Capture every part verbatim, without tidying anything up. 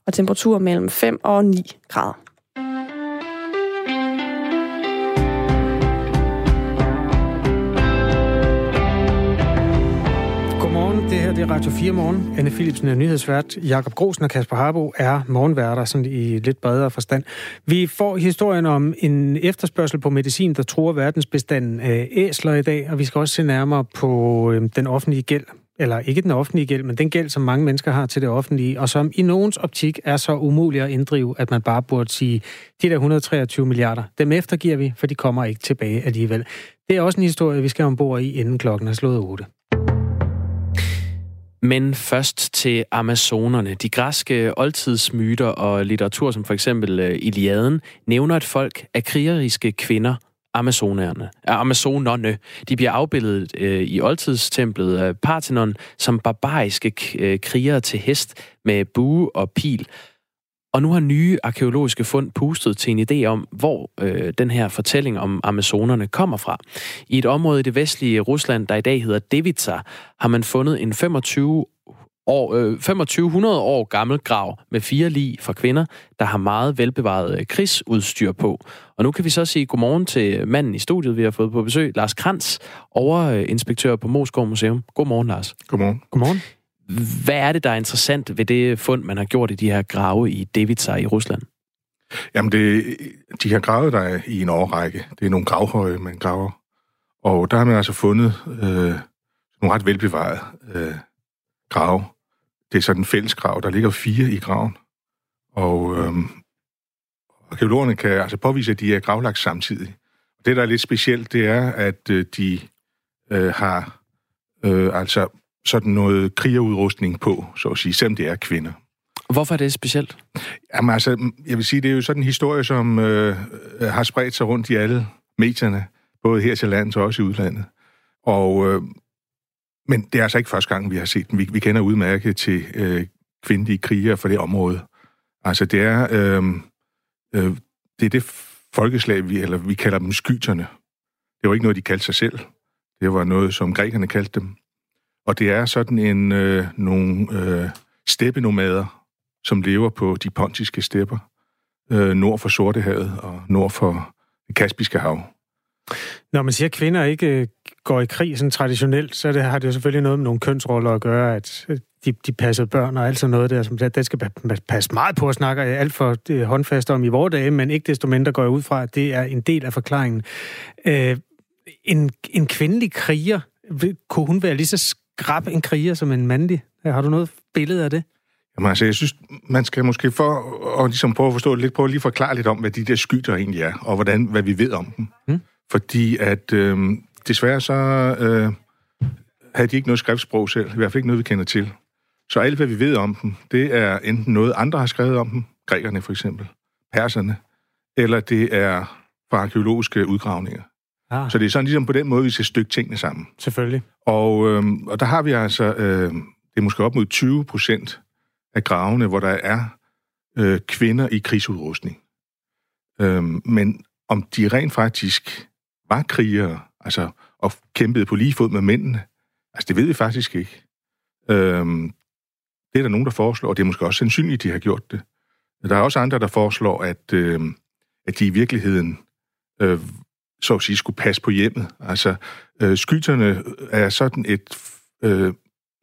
og temperaturer mellem fem og ni grader. Det her det er Radio fire Morgen. Anne Philipsen er nyhedsvært. Jakob Grosen og Kasper Harbo er morgenværter, sådan i lidt bredere forstand. Vi får historien om en efterspørgsel på medicin, der truer verdensbestanden af æsler i dag, og vi skal også se nærmere på øh, den offentlige gæld. Eller ikke den offentlige gæld, men den gæld, som mange mennesker har til det offentlige, og som i nogens optik er så umulig at inddrive, at man bare burde sige, de der et hundrede og treogtyve milliarder, dem eftergiver vi, for de kommer ikke tilbage alligevel. Det er også en historie, vi skal ombord i, inden klokken er slået otte. Men først til Amazonerne. De græske oldtidsmyter og litteratur, som for eksempel Iliaden, nævner et folk af krigeriske kvinder, amazonerne. Amazonerne. De bliver afbildet øh, i oldtidstemplet af Parthenon som barbariske øh, krigere til hest med bue og pil. Og nu har nye arkæologiske fund pustet til en idé om, hvor øh, den her fortælling om amazonerne kommer fra. I et område i det vestlige Rusland, der i dag hedder Devitsa, har man fundet en femogtyve år, øh, femogtyve hundrede år gammel grav med fire lig fra kvinder, der har meget velbevaret krigsudstyr på. Og nu kan vi så sige godmorgen til manden i studiet, vi har fået på besøg, Lars Krantz, overinspektør på Moesgaard Museum. Godmorgen, Lars. Godmorgen. Godmorgen. Hvad er det, der er interessant ved det fund, man har gjort i de her grave i Devitsa i Rusland? Jamen, det, de her grave, der er i en årrække, det er nogle gravhøje, man graver. Og der har man altså fundet øh, nogle ret velbevarede øh, grave. Det er sådan en fælles grav. Der ligger fire i graven. Og øh, arkæologerne kan altså påvise, at de er gravlagt samtidig. Og det, der er lidt specielt, det er, at øh, de øh, har øh, altså sådan noget krigerudrustning på, så at sige, selvom det er kvinder. Hvorfor er det specielt? Jamen altså, jeg vil sige, det er jo sådan en historie, som øh, har spredt sig rundt i alle medierne, både her til landet og også i udlandet. Og, øh, men det er altså ikke første gang, vi har set den. Vi, vi kender udmærket til øh, kvindelige krigere for det område. Altså, det er, øh, øh, det, er det folkeslag, vi, eller vi kalder dem skyterne. Det var ikke noget, de kaldte sig selv. Det var noget, som grækerne kaldte dem. Og det er sådan en øh, nogle øh, steppenomader, som lever på de pontiske stepper, øh, nord for Sortehavet og nord for det Kaspiske Hav. Når man siger, at kvinder ikke går i krig sådan traditionelt, så det, har det jo selvfølgelig noget med nogle kønsroller at gøre, at de, de passer børn og alt sådan noget der, som det skal passe meget på at snakke alt for det håndfast om i vore dage, men ikke desto mindre går jeg ud fra, at det er en del af forklaringen. Øh, en, en kvindelig kriger, kunne hun være lige så skrab en kriger som en mandlig? Har du noget billede af det? Jamen altså, jeg synes, man skal måske for at ligesom prøve at forstå det lidt, prøve at lige forklare lidt om, hvad de der skytter egentlig er, og hvordan, hvad vi ved om dem. Mm. Fordi at øh, desværre så øh, havde de ikke noget skriftsprog selv, i hvert fald ikke noget, vi kender til. Så alt, hvad vi ved om dem, det er enten noget, andre har skrevet om dem, grækerne for eksempel, perserne, eller det er fra arkeologiske udgravninger. Ah. Så det er sådan ligesom på den måde, vi skal stykke tingene sammen. Selvfølgelig. Og, øh, og der har vi altså, øh, det er måske op mod tyve procent af gravene, hvor der er øh, kvinder i krigsudrustning. Øh, men om de rent faktisk var krigere, altså, og kæmpede på lige fod med mændene, altså det ved vi faktisk ikke. Øh, det er der nogen, der foreslår, og det er måske også sandsynligt, de har gjort det. Der er også andre, der foreslår, at, øh, at de i virkeligheden øh, så at sige, skulle passe på hjemmet. Altså, øh, skyterne er sådan et øh,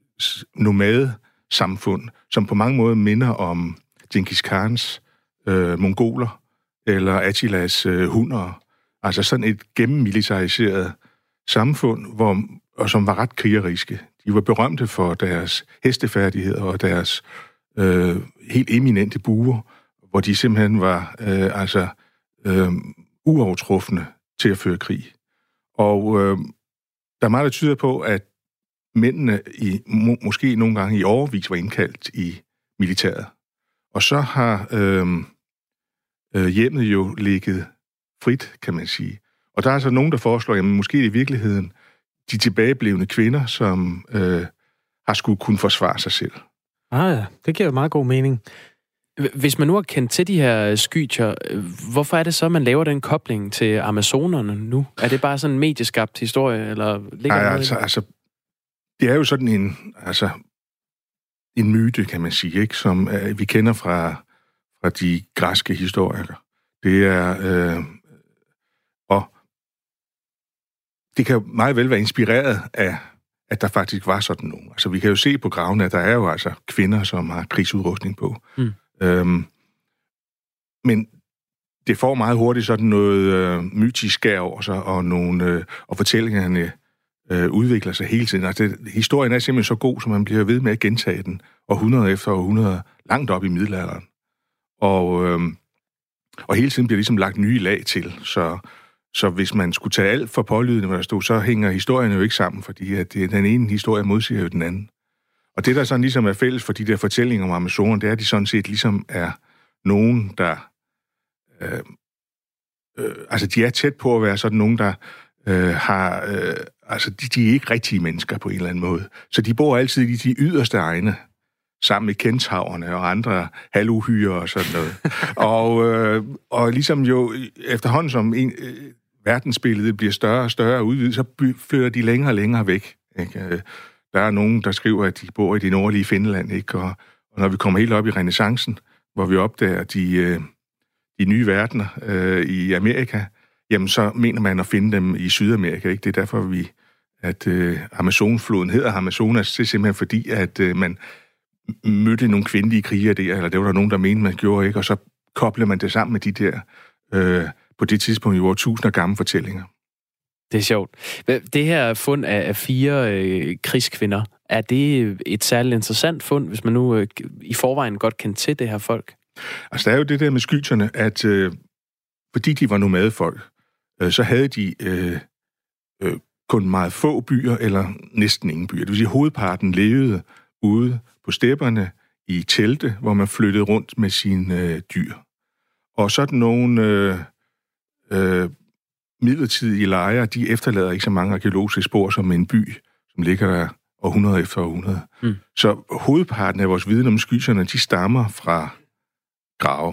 nomade-samfund, som på mange måder minder om Genghis Khans øh, mongoler, eller Attilas øh, hunder. Altså sådan et gennemmilitariseret samfund, hvor, og som var ret krigeriske. De var berømte for deres hestefærdigheder og deres øh, helt eminente buer, hvor de simpelthen var øh, altså øh, uovertrufne til at føre krig. Og øh, der er meget, der tyder på, at mændene i, må, måske nogle gange i årevis var indkaldt i militæret. Og så har øh, øh, hjemmet jo ligget frit, kan man sige. Og der er altså nogen, der foreslår, at måske i virkeligheden de tilbageblevne kvinder, som øh, har skulle kunne forsvare sig selv. Ah ja, det giver jo meget god mening. Hvis man nu har kendt til de her skytjer, hvorfor er det så, man laver den kobling til amazonerne nu? Er det bare sådan en medieskabt historie, eller ligger Nej, noget altså, i det? altså, det er jo sådan en, altså, en myte, kan man sige, ikke, som uh, vi kender fra, fra de græske historikere. Det er... Øh, og det kan jo meget vel være inspireret af, at der faktisk var sådan nogen. Altså, vi kan jo se på gravene, at der er jo altså kvinder, som har krigsudrustning på. Mm. Øhm, men det får meget hurtigt sådan noget øh, mytisk skær over sig, og, nogle, øh, og fortællingerne øh, udvikler sig hele tiden. Altså, det, historien er simpelthen så god, så man bliver ved med at gentage den århundrede efter århundrede, langt op i middelalderen. Og, øh, og hele tiden bliver ligesom lagt nye lag til, så... Så hvis man skulle tage alt for pålydende, hvad der stod, så hænger historien jo ikke sammen, fordi at det, den ene historie modsiger jo den anden. Og det, der sådan ligesom er fælles for de der fortællinger om Amazonen, det er, at de sådan set ligesom er nogen, der... Øh, øh, altså, de er tæt på at være sådan nogen, der øh, har... Øh, altså, de, de er ikke rigtige mennesker på en eller anden måde. Så de bor altid i de yderste egne, sammen med kentaverne og andre halvuhyrer og sådan noget. og, øh, og ligesom jo efterhånden som en, øh, verdensbilledet bliver større og større og udvidet, så by, flytter de længere og længere væk. Ikke? Der er nogen, der skriver, at de bor i det nordlige Finland, ikke? Og, og når vi kommer helt op i renæssancen, hvor vi opdager de, øh, de nye verdener øh, i Amerika, jamen så mener man at finde dem i Sydamerika. Ikke? Det er derfor, vi, at øh, Amazonfloden hedder Amazonas. Det er simpelthen fordi, at øh, man mødte nogle kvindelige krigere der, eller det var der nogen, der mente, man gjorde, ikke? Og så kobler man det sammen med de der, øh, på det tidspunkt i over tusinder gamle fortællinger. Det er sjovt. Det her fund af fire øh, krigskvinder, er det et særligt interessant fund, hvis man nu øh, i forvejen godt kan til det her folk? Altså, der er jo det der med skyterne, at øh, fordi de var nomadefolk, øh, så havde de øh, øh, kun meget få byer, eller næsten ingen byer. Det vil sige, at hovedparten levede ude på stepperne i telte, hvor man flyttede rundt med sine øh, dyr. Og sådan nogle øh, øh, midlertidige lejre, de efterlader ikke så mange arkeologiske spor som en by, som ligger der århundrede efter århundrede. Mm. Så hovedparten af vores viden om skyterne, de stammer fra grave.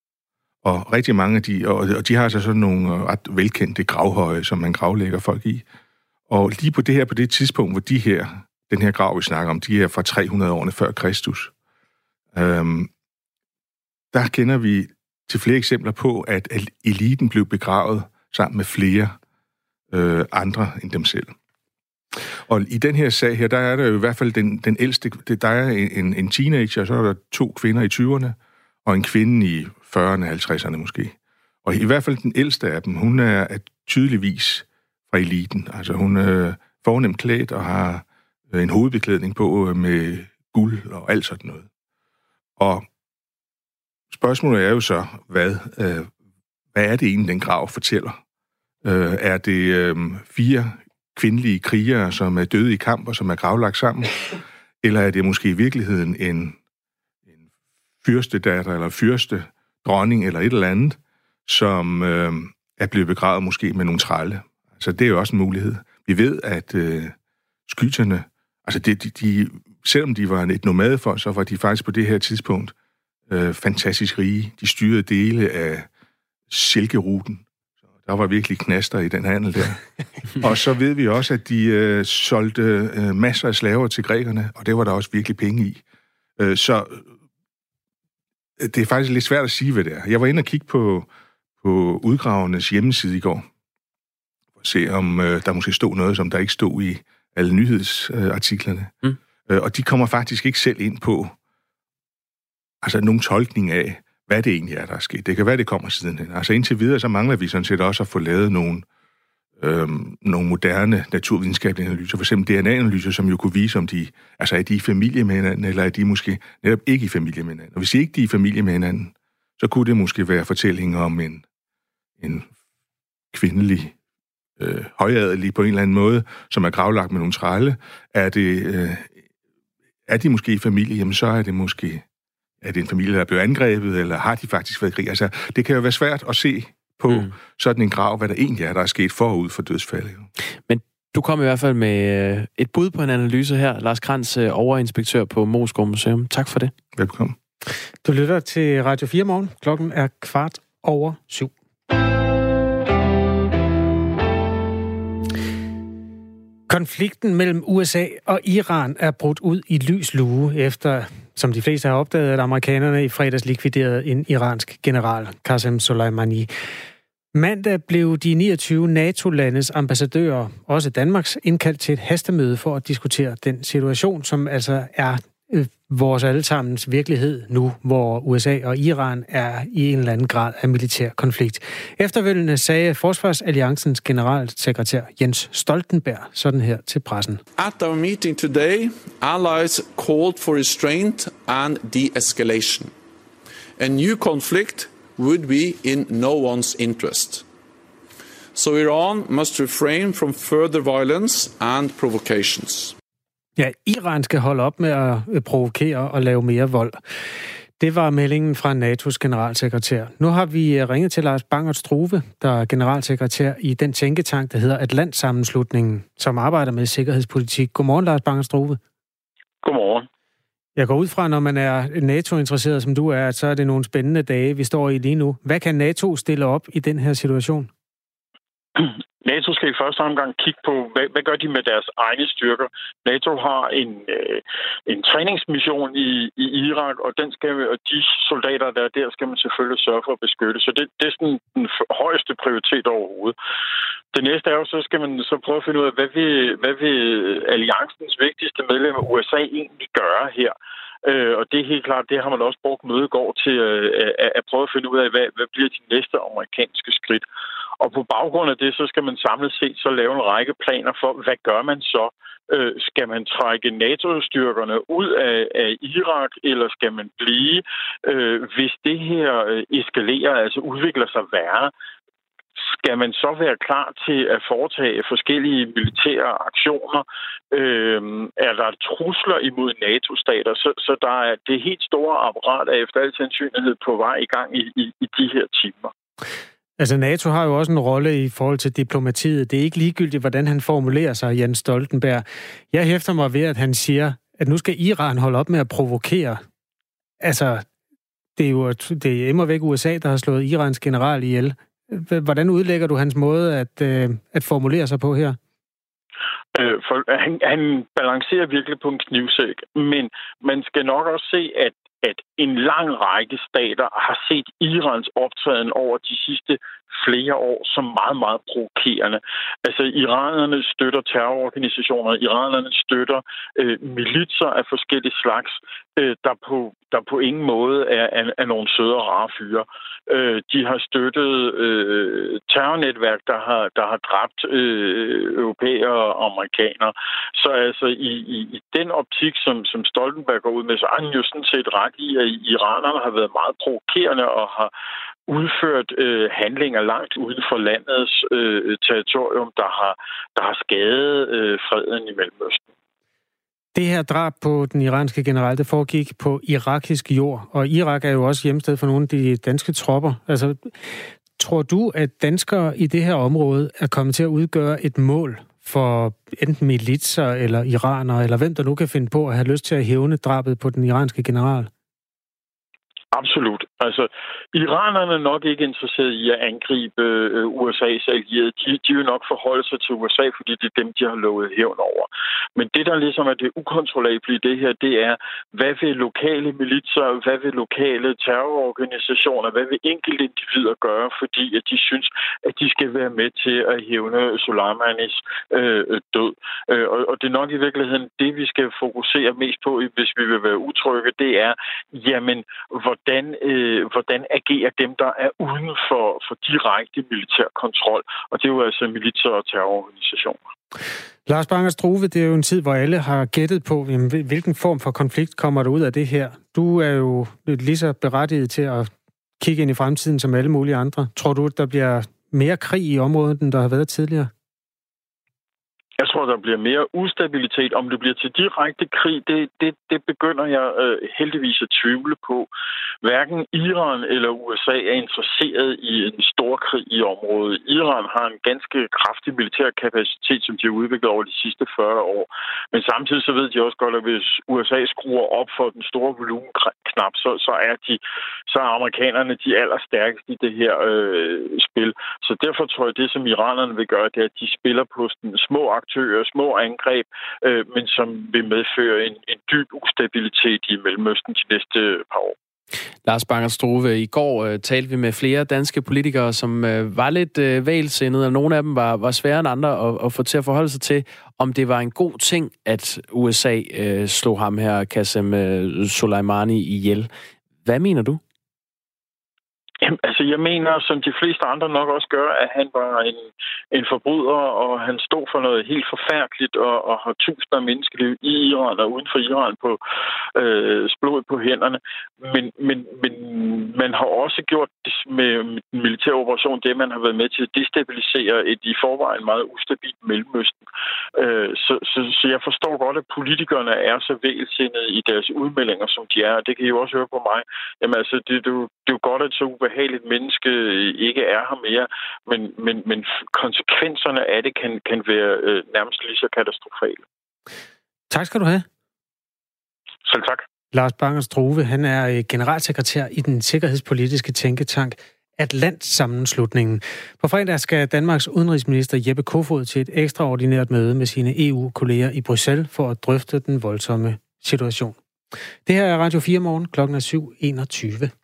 Og rigtig mange af de, og, og de har altså sådan nogle ret velkendte gravhøje, som man gravlægger folk i. Og lige på det her, på det tidspunkt, hvor de her, den her grav, vi snakker om, de er fra tre hundrede årene før Kristus. Øhm, der kender vi til flere eksempler på, at eliten blev begravet sammen med flere øh, andre end dem selv. Og i den her sag her, der er der jo i hvert fald den, den ældste, der er en, en teenager, og så er der to kvinder i tyverne, og en kvinde i fyrrerne, halvtredserne måske. Og i hvert fald den ældste af dem, hun er tydeligvis fra eliten. Altså hun er fornemt klædt og har en hovedbeklædning på med guld og alt sådan noget. Og spørgsmålet er jo så, hvad, øh, hvad er det egentlig, den grav fortæller? Øh, er det øh, fire kvindelige krigere, som er døde i kamp og som er gravlagt sammen? Eller er det måske i virkeligheden en, en fyrstedatter eller fyrste dronning eller et eller andet, som øh, er blevet begravet måske med nogle trælle? Altså det er jo også en mulighed. Vi ved, at øh, skyterne, altså de, de, de, selvom de var et nomadefolk, så var de faktisk på det her tidspunkt øh, fantastisk rige. De styrede dele af silkeruten. Så der var virkelig knaster i den handel der. Og så ved vi også, at de øh, solgte øh, masser af slaver til grækerne, og det var der også virkelig penge i. Øh, så øh, det er faktisk lidt svært at sige, hvad det er. Jeg var inde og kigge på, på udgravernes hjemmeside i går, for at se, om øh, der måske stod noget, som der ikke stod i alle nyhedsartiklerne. Mm. Øh, og de kommer faktisk ikke selv ind på altså nogen tolkning af, hvad det egentlig er, der er sket. Det kan være, det kommer sidenhen. Altså indtil videre, så mangler vi sådan set også at få lavet nogle, øhm, nogle moderne naturvidenskabelige analyser. For eksempel D N A-analyser, som jo kunne vise, om de, altså er de i familie med hinanden, eller er de måske netop ikke i familie med hinanden. Og hvis ikke de er i familie med hinanden, så kunne det måske være fortællinger om en, en kvindelig øh, højadelig på en eller anden måde, som er gravlagt med nogle trælle. Er, det, øh, er de måske i familie, jamen så er det måske... Er det en familie, der er blevet angrebet, eller har de faktisk været i krig? Altså, det kan jo være svært at se på mm. sådan en grav, hvad der egentlig er, der er sket forud for dødsfaldet. Men du kom i hvert fald med et bud på en analyse her. Lars Krantz, overinspektør på Moesgaard Museum. Tak for det. Velkommen. Du lytter til Radio fire morgen. Klokken er kvart over syv. Konflikten mellem U S A og Iran er brudt ud i lys lue efter, som de fleste har opdaget, at amerikanerne i fredags likviderede en iransk general, Qasem Soleimani. Mandag blev de niogtyve NATO-landes ambassadører, også Danmarks, indkaldt til et hastemøde for at diskutere den situation, som altså er øh, vores allesammens virkelighed nu, hvor U S A og Iran er i en eller anden grad af militær konflikt. Efterfølgende sagde Forsvarsalliancens generalsekretær Jens Stoltenberg sådan her til pressen. At our meeting today, allies called for restraint and de-escalation. A new conflict would be in no one's interest. So Iran must refrain from further violence and provocations. Ja, Iran skal holde op med at provokere og lave mere vold. Det var meldingen fra NATO's generalsekretær. Nu har vi ringet til Lars Bangert Struve, der er generalsekretær i den tænketank, der hedder Atlantsammenslutningen, som arbejder med sikkerhedspolitik. Godmorgen, Lars Bangert Struve. Godmorgen. Jeg går ud fra, når man er NATO-interesseret, som du er, så er det nogle spændende dage, vi står i lige nu. Hvad kan NATO stille op i den her situation? NATO skal i første omgang kigge på, hvad, hvad gør de med deres egne styrker. NATO har en, øh, en træningsmission i, i Irak, og, den skal, og de soldater, der er der, skal man selvfølgelig sørge for at beskytte. Så det, det er sådan den højeste prioritet overhovedet. Det næste er jo, så skal man så prøve at finde ud af, hvad vil, hvad vil alliancens vigtigste medlem af U S A egentlig gøre her. Øh, og det er helt klart, det har man også brugt møde i går til øh, at, at prøve at finde ud af, hvad, hvad bliver de næste amerikanske skridt. Og på baggrund af det, så skal man samlet set så lave en række planer for, hvad gør man så? Øh, skal man trække NATO-styrkerne ud af, af Irak, eller skal man blive? Øh, hvis det her øh, eskalerer, altså udvikler sig værre, skal man så være klar til at foretage forskellige militære aktioner? Øh, er der trusler imod NATO-stater? Så, så der er det helt store apparat af efter al sandsynlighed på vej i gang i, i, i de her timer. Altså NATO har jo også en rolle i forhold til diplomatiet. Det er ikke ligegyldigt, hvordan han formulerer sig, Jens Stoltenberg. Jeg hæfter mig ved, at han siger, at nu skal Iran holde op med at provokere. Altså, det er jo det er immer væk U S A, der har slået Irans general ihjel. Hvordan udlægger du hans måde at, øh, at formulere sig på her? Øh, for, han, han balancerer virkelig på en knivsæk, men man skal nok også se, at at en lang række stater har set Irans optræden over de sidste flere år som meget, meget provokerende. Altså, iranerne støtter terrororganisationer, iranerne støtter øh, militser af forskellige slags, øh, der, på, der på ingen måde er, er, er nogle søde og rare fyre. Øh, de har støttet øh, terrornetværk, der har, der har dræbt øh, europæere og amerikanere. Så altså, i, i, i den optik, som, som Stoltenberg går ud med, så er han jo sådan set ret i, at iranerne har været meget provokerende og har udført øh, handlinger langt uden for landets øh, territorium, der har, der har skadet øh, freden i Mellemøsten. Det her drab på den iranske general, det foregik på irakisk jord, og Irak er jo også hjemsted for nogle af de danske tropper. Altså, tror du, at danskere i det her område er kommet til at udgøre et mål for enten militser eller iranere, eller hvem der nu kan finde på at have lyst til at hævne drabet på den iranske general? Absolut. Altså, iranerne er nok ikke interesseret i at angribe øh, U S A's allierede. De, de vil nok forholde sig til U S A, fordi det er dem, de har lovet hævn over. Men det, der ligesom er det ukontrollable i det her, det er, hvad vil lokale militser, hvad vil lokale terrororganisationer, hvad vil enkelte individer gøre, fordi at de synes, at de skal være med til at hævne Soleimanis øh, død. Øh, og, og det er nok i virkeligheden det, vi skal fokusere mest på, hvis vi vil være utrygge, det er, jamen, hvordan øh, hvordan agerer dem, der er uden for, for direkte militær kontrol. Og det er jo altså militær- og terrororganisationer. Lars Bangert Struve, det er jo en tid, hvor alle har gættet på, jamen, hvilken form for konflikt kommer der ud af det her. Du er jo lige så berettiget til at kigge ind i fremtiden som alle mulige andre. Tror du, at der bliver mere krig i området, end der har været tidligere? Jeg tror, der bliver mere ustabilitet. Om det bliver til direkte krig, det, det, det begynder jeg øh, heldigvis at tvivle på. Hverken Iran eller U S A er interesseret i en stor krig i området. Iran har en ganske kraftig militær kapacitet, som de har udviklet over de sidste fyrre år. Men samtidig så ved de også godt, at hvis U S A skruer op for den store volumenknap, så, så, er, de, så så er amerikanerne de allerstærkeste i det her øh, spil. Så derfor tror jeg, det som iranerne vil gøre, det er, at de spiller på sådan små aktører, små angreb, øh, men som vil medføre en, en dyb ustabilitet i Mellemøsten de næste par år. Lars Bangert Struve, i går øh, talte vi med flere danske politikere, som øh, var lidt øh, vælsindede, og nogle af dem var, var svære end andre at, at få til at forholde sig til, om det var en god ting, at U S A øh, slog ham her, Qasem øh, Soleimani, ihjel. Hvad mener du? Jamen, altså, jeg mener, som de fleste andre nok også gør, at han var en, en forbryder, og han stod for noget helt forfærdeligt, og, og har tusinder af menneskeliv i Iran og uden for Iran på øh, blod på hænderne. Men, men, men man har også gjort det med, med den militære operation, det man har været med til at destabilisere et i forvejen meget ustabilt Mellemøsten. Øh, så, så, så jeg forstår godt, at politikerne er så vælsindede i deres udmeldinger, som de er, og det kan I jo også høre på mig. Jamen altså, det, det, det er jo godt, at så ubehageligt menneske ikke er her mere, men, men, men konsekvenserne af det kan, kan være øh, nærmest lige så katastrofale. Tak skal du have. Selv tak. Lars Bangert Struve, han er generalsekretær i den sikkerhedspolitiske tænketank Atlantsammenslutningen. På fredag skal Danmarks udenrigsminister Jeppe Kofod til et ekstraordinært møde med sine E U-kolleger i Bruxelles for at drøfte den voldsomme situation. Det her er Radio fire morgen, klokken er syv enogtyve. et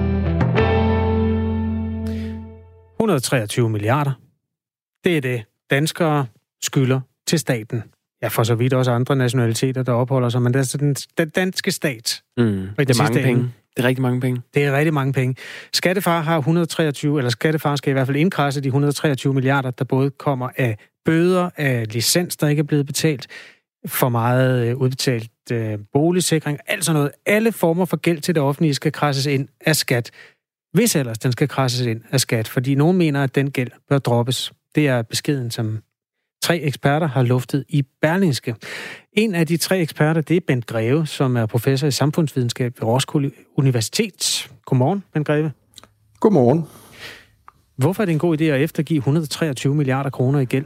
hundrede og treogtyve milliarder. Det er det, danskere skylder til staten. Ja, for så vidt også andre nationaliteter, der opholder sig, men det er den, den danske stat. Mm, det er mange penge. Det er rigtig mange penge. Det er rigtig mange penge. Skattefar har et hundrede og treogtyve, eller Skattefar skal i hvert fald indkradse de et hundrede og treogtyve milliarder, der både kommer af bøder, af licens, der ikke er blevet betalt, for meget udbetalt øh, boligsikring, altså noget. Alle former for gæld til det offentlige skal kradses ind af skat. Hvis ellers den skal kradses ind af skat, fordi nogen mener, at den gæld bør droppes. Det er beskeden, som tre eksperter har luftet i Berlingske. En af de tre eksperter, det er Bent Greve, som er professor i samfundsvidenskab ved Roskilde Universitet. Godmorgen, Bent Greve. Godmorgen. Hvorfor er det en god idé at eftergive et hundrede og treogtyve milliarder kroner i gæld?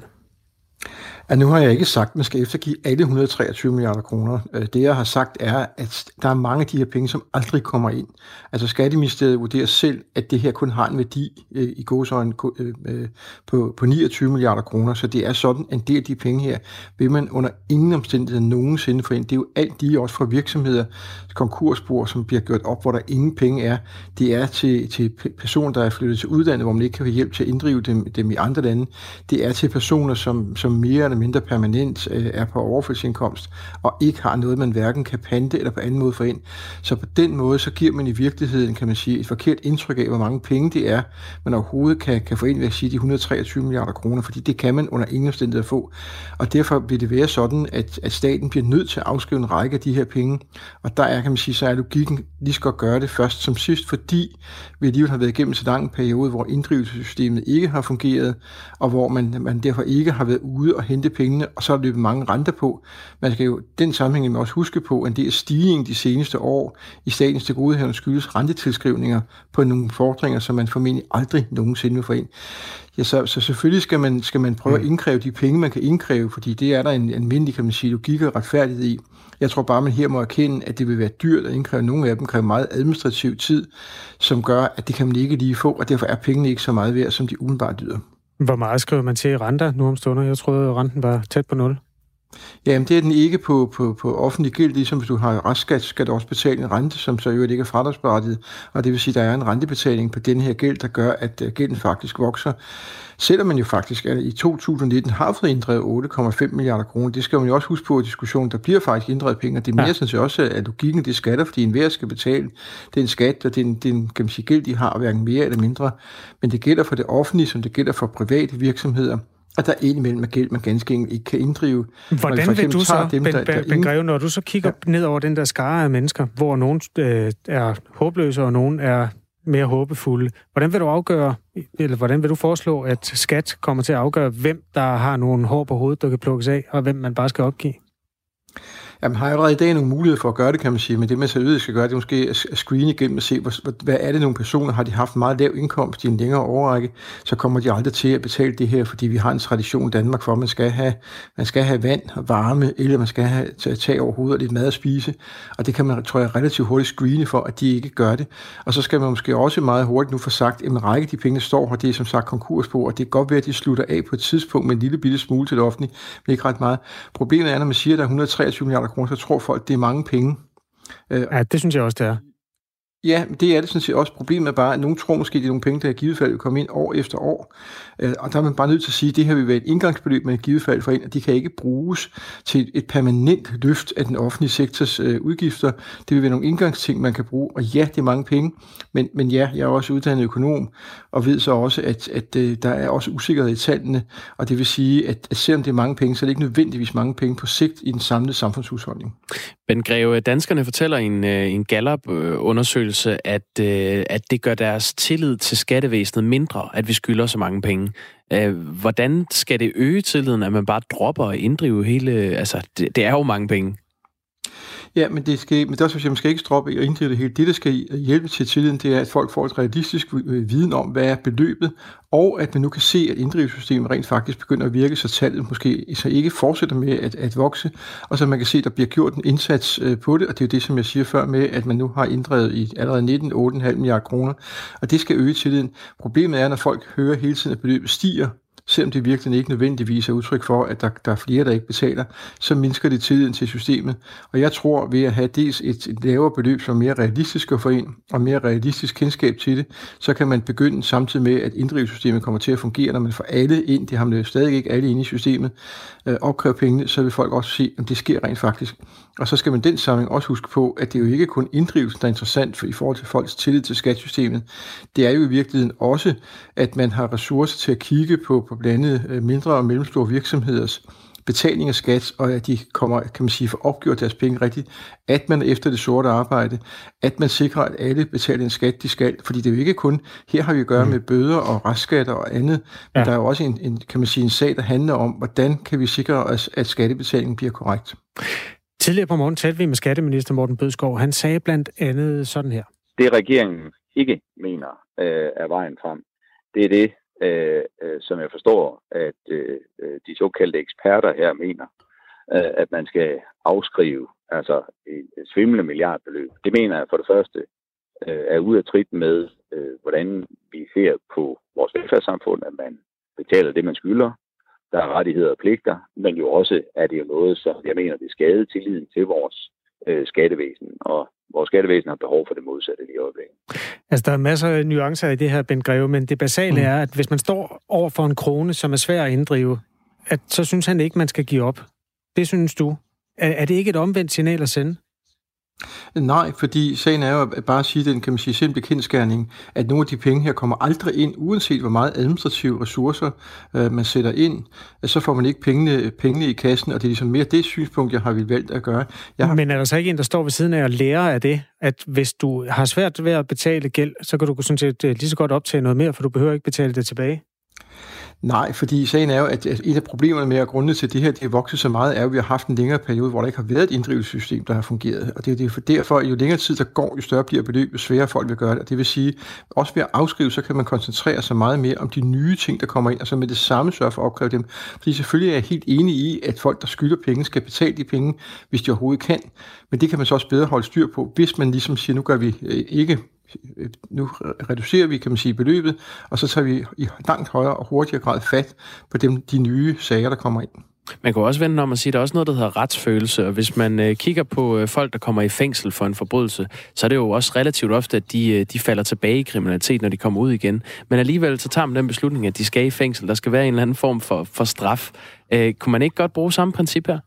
Ja, nu har jeg ikke sagt, at man skal eftergive alle et hundrede og treogtyve milliarder kroner. Det, jeg har sagt, er, at der er mange af de her penge, som aldrig kommer ind. Altså, Skatteministeriet vurderer selv, at det her kun har en værdi øh, i gåseøjne øh, på, på niogtyve milliarder kroner. Så det er sådan, en del af de penge her vil man under ingen omstændigheder nogensinde få ind. Det er jo alt de også fra virksomheder, konkursbord, som bliver gjort op, hvor der ingen penge er. Det er til, til personer, der er flyttet til udlandet, hvor man ikke kan få hjælp til at inddrive dem, dem i andre lande. Det er til personer, som, som mere eller mindre permanent øh, er på overførselsindkomst, og ikke har noget, man hverken kan pante eller på anden måde få ind. Så på den måde, så giver man i virkeligheden, kan man sige, et forkert indtryk af, hvor mange penge det er, man overhovedet kan, kan få ind ved at sige de et hundrede og treogtyve milliarder kroner, fordi det kan man under ingen omstændigheder få. Og derfor vil det være sådan, at, at staten bliver nødt til at afskrive en række af de her penge. Og der er, kan man sige, så er logikken lige skal gøre det først som sidst, fordi vi alligevel har været igennem så lang en periode, hvor inddrivelsessystemet ikke har fungeret, og hvor man, man derfor ikke har været ude og hente pengene, og så er der løbet mange renter på. Man skal jo den sammenhæng også huske på, at det er stigning de seneste år i statens tilgodehavende skyldes rentetilskrivninger på nogle fordringer, som man formentlig aldrig nogensinde vil få ind. Ja, så, så selvfølgelig skal man, skal man prøve at indkræve de penge, man kan indkræve, fordi det er der en almindelig, kan man sige, logik og retfærdighed i. Jeg tror bare, man her må erkende, at det vil være dyrt at indkræve. Nogle af dem kræver meget administrativ tid, som gør, at det kan man ikke lige få, og derfor er pengene ikke så meget værd, som de umiddelbart lyder. Hvor meget skriver man til i renter nu om stunder? Jeg troede, at renten var tæt på nul. Jamen, det er den ikke på, på, på offentlig gæld, ligesom hvis du har restskat, skal du også betale en rente, som så jo ikke er fradragsberettiget, og det vil sige, at der er en rentebetaling på den her gæld, der gør, at gælden faktisk vokser. Selvom man jo faktisk i to tusind nitten har fået inddrevet otte komma fem milliarder kroner, det skal man jo også huske på i diskussionen, der bliver faktisk inddrevet penge, og det er mere ja. sådan set også, at logikken det skatter, fordi enhver skal betale den skat, og den, den kan man sige, gæld, de har, hverken mere eller mindre, men det gælder for det offentlige, som det gælder for private virksomheder, at der er indimellem gæld, man ganske enkelt ikke kan inddrive. Hvordan vil du så, dem, Ben, der, Ben Greve, når du så kigger ja. ned over den der skare af mennesker, hvor nogen øh, er håbløse, og nogen er mere håbefulde, hvordan vil du afgøre, eller hvordan vil du foreslå, at skat kommer til at afgøre, hvem der har nogle hår på hovedet, der kan plukkes af, og hvem man bare skal opgive? Jamen, har allerede i dag nogle muligheder for at gøre det, kan man sige, men det, man seriøst skal gøre, det er måske at screene igennem og se, hvad er det nogle personer, har de haft meget lav indkomst i en længere overrække, så kommer de aldrig til at betale det her, fordi vi har en tradition i Danmark for, at man skal have, man skal have vand og varme, eller man skal have tag over hovedet og lidt mad at spise, og det kan man, tror jeg, relativt hurtigt screene for, at de ikke gør det. Og så skal man måske også meget hurtigt nu få sagt, at en række af de penge, der står her, det er som sagt konkurs på, og det kan godt være, at de slutter af på et tidspunkt med en lille bitte smule til det offentlige, men ikke ret meget. Problemet er, når man siger, at der er et hundrede og treogtyve milliarder kroner, så tror folk, det er mange penge. Ja, det synes jeg også, det er. Ja, det er det sådan set også. Problemet er bare, at nogen tror måske, det er nogle penge, der i givet fald vil komme ind år efter år. Og der er man bare nødt til at sige, at det her vil være et indgangsbeløb, man i givet fald får ind, og de kan ikke bruges til et permanent løft af den offentlige sektors øh, udgifter. Det vil være nogle indgangsting, man kan bruge. Og ja, det er mange penge, men, men ja, jeg er også uddannet økonom, og ved så også, at, at øh, der er også usikkerhed i tallene, og det vil sige, at, at selvom det er mange penge, så er det ikke nødvendigvis mange penge på sigt i den samlede samfundshusholdning. Ben Greve, danskerne fortæller i en, en Gallup-undersøgelse, at, at det gør deres tillid til skattevæsenet mindre, at vi skylder så mange penge. Hvordan skal det øge tilliden, at man bare dropper at inddrive hele... Altså, det, det er jo mange penge. Ja, men det skal, men det er også, at man skal ikke droppe og inddrive det hele. Det, der skal hjælpe til tilliden, det er, at folk får et realistisk viden om, hvad er beløbet, og at man nu kan se, at inddrivelsessystemet rent faktisk begynder at virke, så tallet måske så ikke fortsætter med at, at vokse, og så man kan se, at der bliver gjort en indsats på det, og det er jo det, som jeg siger før med, at man nu har inddrevet i allerede nitten otte komma fem milliarder kroner, og det skal øge tilliden. Problemet er, når folk hører hele tiden, at beløbet stiger, selvom det virkelig ikke nødvendigvis er udtryk for, at der, der er flere, der ikke betaler, så mindsker det tilliden til systemet. Og jeg tror, ved at have dels et, et lavere beløb, som er mere realistisk at få ind, og mere realistisk kendskab til det, så kan man begynde samtidig med, at inddrivelsessystemet kommer til at fungere, når man får alle ind, det har man jo stadig ikke alle inde i systemet, øh, opkræve pengene, så vil folk også se, om det sker rent faktisk. Og så skal man den sammenhæng også huske på, at det er jo ikke kun inddrivelsen, der er interessant for, i forhold til folks tillid til skattesystemet. Det er jo i virkeligheden også, at man har ressourcer til at kigge på, på blandt andet mindre og mellemstore virksomheders betaling af skat, og at de kommer, kan man sige, for opgjort deres penge rigtigt, at man efter det sorte arbejde, at man sikrer, at alle betaler en skat, de skal, fordi det er jo ikke kun, her har vi at gøre med bøder og restskatter og andet, men ja. Der er jo også en, en, kan man sige, en sag, der handler om, hvordan kan vi sikre os, at skattebetalingen bliver korrekt. Tidligere på morgen talte vi med skatteminister Morten Bødskov. Han sagde blandt andet sådan her. Det regeringen ikke mener øh, er vejen frem, det er det, øh, øh, som jeg forstår, at øh, de såkaldte eksperter her mener, øh, at man skal afskrive altså et svimlende milliardbeløb. Det mener jeg for det første øh, er ude af trit med, øh, hvordan vi ser på vores velfærdssamfund, at man betaler det, man skylder. Der er rettigheder og pligter, men jo også er det jo noget, som jeg mener, det skader tilliden til vores øh, skattevæsen, og vores skattevæsen har behov for det modsatte i øjeblikket. Altså, der er masser af nuancer i det her, Ben Greve, men det basale mm. er, at hvis man står over for en krone, som er svær at inddrive, at så synes han ikke, man skal give op. Det synes du. Er, er det ikke et omvendt signal at sende? Nej, fordi sagen er jo at bare sige den, kan man sige, simple kendskærning, at nogle af de penge her kommer aldrig ind, uanset hvor meget administrative ressourcer øh, man sætter ind, så får man ikke pengene, pengene i kassen, og det er ligesom mere det synspunkt, jeg har valgt at gøre. Jeg har... Men er der så ikke en, der står ved siden af og lærer af det, at hvis du har svært ved at betale gæld, så kan du sådan set lige så godt optage noget mere, for du behøver ikke betale det tilbage? Nej, fordi sagen er jo, at et af problemerne med at grunde til det her, det er vokset så meget, er jo, at vi har haft en længere periode, hvor der ikke har været et inddrivelsessystem, der har fungeret. Og det er derfor, jo længere tid der går, jo større bliver beløb, jo sværere folk vil gøre det. Og det vil sige, også ved at afskrive, så kan man koncentrere sig meget mere om de nye ting, der kommer ind, og så med det samme sørge for at opkræve dem. Fordi selvfølgelig er jeg helt enig i, at folk, der skylder penge, skal betale de penge, hvis de overhovedet kan. Men det kan man så også bedre holde styr på, hvis man ligesom siger, nu gør vi ikke... Nu reducerer vi, kan man sige, beløbet, og så tager vi i langt højere og hurtigere grad fat på dem, de nye sager, der kommer ind. Man kan også vende om at sige, at der er også noget, der hedder retsfølelse, og hvis man øh, kigger på øh, folk, der kommer i fængsel for en forbrydelse, så er det jo også relativt ofte, at de, øh, de falder tilbage i kriminalitet, når de kommer ud igen. Men alligevel så tager man den beslutning, at de skal i fængsel. Der skal være en eller anden form for, for straf. Øh, kunne man ikke godt bruge samme princip her?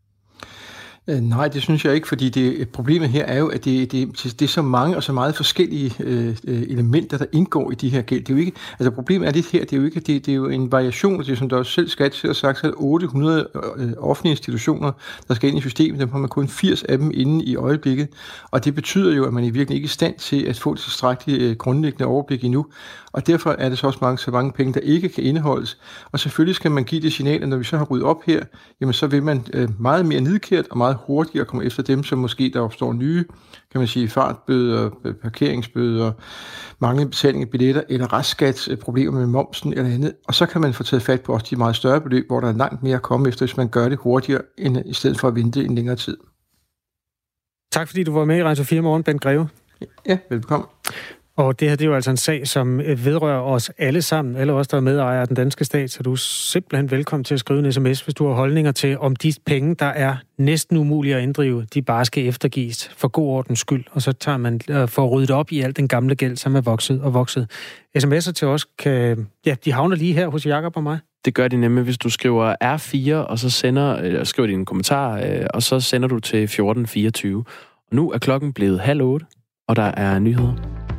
Nej, det synes jeg ikke, fordi det, problemet her er jo, at det, det, det er så mange og så meget forskellige øh, elementer, der indgår i de her gæld. Det er jo ikke, altså problemet er det her, det er jo ikke, det, det er jo en variation, det er, som der også selv skat har sagt, så er otte hundrede øh, offentlige institutioner, der skal ind i systemet, dem har man kun firs af dem inde i øjeblikket, og det betyder jo, at man i virkeligheden ikke er i stand til at få et tilstrækkeligt øh, grundlæggende overblik endnu, og derfor er det så også mange, så mange penge, der ikke kan indeholdes, og selvfølgelig skal man give det signal, at når vi så har ryddet op her, jamen så vil man øh, meget mere nidkært og meget hurtigere at komme efter dem, som måske der opstår nye, kan man sige, fartbøder, parkeringsbøder, mange betaling af billetter eller restskatsproblemer med momsen eller andet. Og så kan man få taget fat på også de meget større beløb, hvor der er langt mere at komme efter, hvis man gør det hurtigere, end i stedet for at vente en længere tid. Tak fordi du var med i Radio fire Morgen, Bent Greve. Ja, velkommen. Og det her, det er jo altså en sag, som vedrører os alle sammen, alle os, der er medejere af den danske stat, så du er simpelthen velkommen til at skrive en sms, hvis du har holdninger til, om de penge, der er næsten umulige at inddrive, de bare skal eftergives for god ordens skyld, og så tager man uh, for at rydde op i alt den gamle gæld, som er vokset og vokset. Sms'er til os, kan, ja, de havner lige her hos Jakob og mig. Det gør de nemlig, hvis du skriver R fire, og så sender, eller skriver din kommentar, øh, og så sender du til fjorten fireogtyve. Og nu er klokken blevet halv otte, og der er nyheder.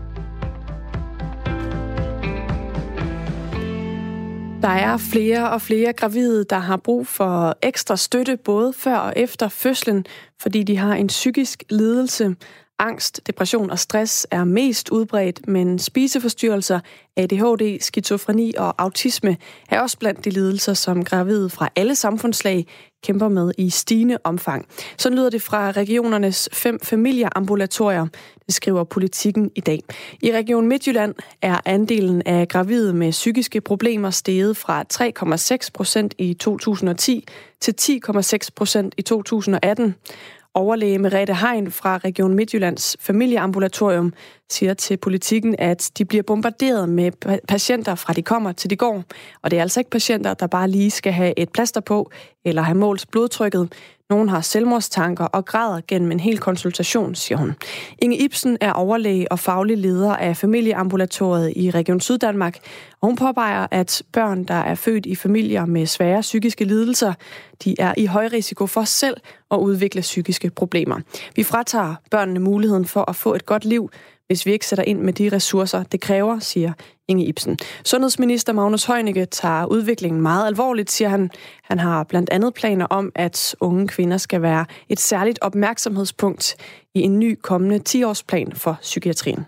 Der er flere og flere gravide, der har brug for ekstra støtte både før og efter fødslen, fordi de har en psykisk lidelse. Angst, depression og stress er mest udbredt, men spiseforstyrrelser, A D H D, skizofreni og autisme er også blandt de lidelser, som gravide fra alle samfundslag kæmper med i stigende omfang. Så lyder det fra regionernes fem familieambulatorier. Det skriver Politikken i dag. I Region Midtjylland er andelen af gravide med psykiske problemer steget fra tre komma seks procent i to tusind og ti til ti komma seks procent i to tusind og atten. Overlæge Merete Hein fra Region Midtjyllands familieambulatorium siger til Politikken, at de bliver bombarderet med patienter fra de kommer til de går. Og det er altså ikke patienter, der bare lige skal have et plaster på eller have målt blodtrykket. Nogen har selvmordstanker og græder gennem en hel konsultation, siger hun. Inge Ibsen er overlæge og faglig leder af familieambulatoriet i Region Syddanmark. Og hun påpeger, at børn, der er født i familier med svære psykiske lidelser, de er i høj risiko for selv at udvikle psykiske problemer. Vi fratager børnene muligheden for at få et godt liv, hvis vi ikke sætter ind med de ressourcer, det kræver, siger Inge Ibsen. Sundhedsminister Magnus Heunicke tager udviklingen meget alvorligt, siger han. Han har blandt andet planer om, at unge kvinder skal være et særligt opmærksomhedspunkt i en ny kommende ti-årsplan for psykiatrien.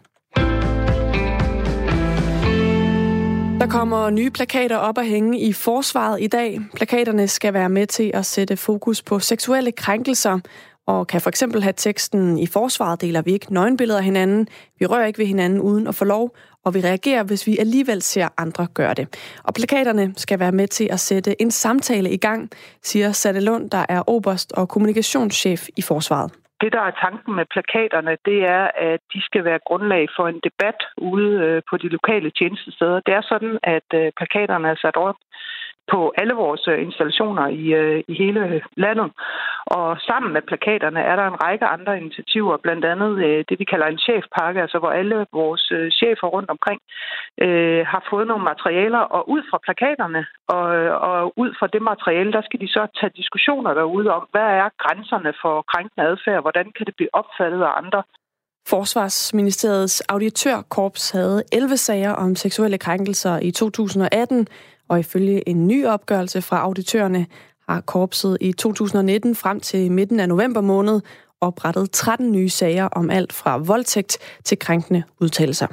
Der kommer nye plakater op at hænge i forsvaret i dag. Plakaterne skal være med til at sætte fokus på seksuelle krænkelser, og kan for eksempel have teksten: i forsvaret deler vi ikke nøgenbilleder af hinanden, vi rører ikke ved hinanden uden at få lov, og vi reagerer, hvis vi alligevel ser andre gøre det. Og plakaterne skal være med til at sætte en samtale i gang, siger Sanne Lund, der er oberst og kommunikationschef i forsvaret. Det, der er tanken med plakaterne, det er, at de skal være grundlag for en debat ude på de lokale tjenestesteder. Det er sådan, at plakaterne er sat op på alle vores installationer i, i hele landet. Og sammen med plakaterne er der en række andre initiativer, blandt andet det, vi kalder en chefpakke, altså hvor alle vores chefer rundt omkring øh, har fået nogle materialer, og ud fra plakaterne og, og ud fra det materiale, der skal de så tage diskussioner derude om, hvad er grænserne for krænkende adfærd, hvordan kan det blive opfattet af andre. Forsvarsministeriets auditørkorps havde elleve sager om seksuelle krænkelser i to tusind og atten, og ifølge en ny opgørelse fra auditørerne har korpset i to tusind og nitten frem til midten af november måned oprettet tretten nye sager om alt fra voldtægt til krænkende udtalelser.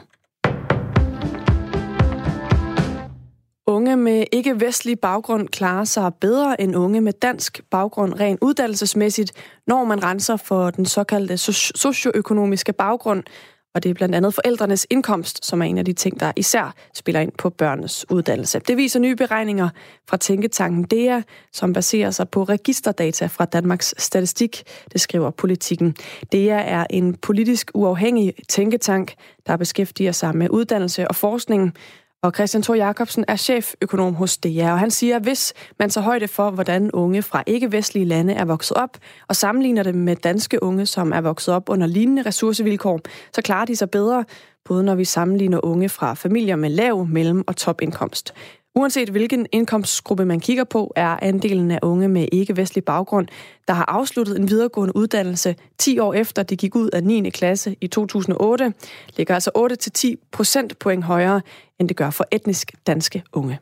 Unge med ikke-vestlig baggrund klarer sig bedre end unge med dansk baggrund rent uddannelsesmæssigt, når man renser for den såkaldte socioøkonomiske baggrund. Og det er blandt andet forældrenes indkomst, som er en af de ting, der især spiller ind på børnenes uddannelse. Det viser nye beregninger fra tænketanken D E A, som baserer sig på registerdata fra Danmarks Statistik, det skriver Politikken. D E A er en politisk uafhængig tænketank, der beskæftiger sig med uddannelse og forskning. Og Christian Thor Jacobsen er cheføkonom hos D E A, og han siger, at hvis man tager højde for, hvordan unge fra ikke-vestlige lande er vokset op, og sammenligner dem med danske unge, som er vokset op under lignende ressourcevilkår, så klarer de sig bedre, både når vi sammenligner unge fra familier med lav, mellem- og topindkomst. Uanset hvilken indkomstgruppe man kigger på, er andelen af unge med ikke-vestlig baggrund, der har afsluttet en videregående uddannelse ti år efter de gik ud af niende klasse i to tusind og otte, ligger altså otte til ti procentpoint højere, end det gør for etnisk danske unge.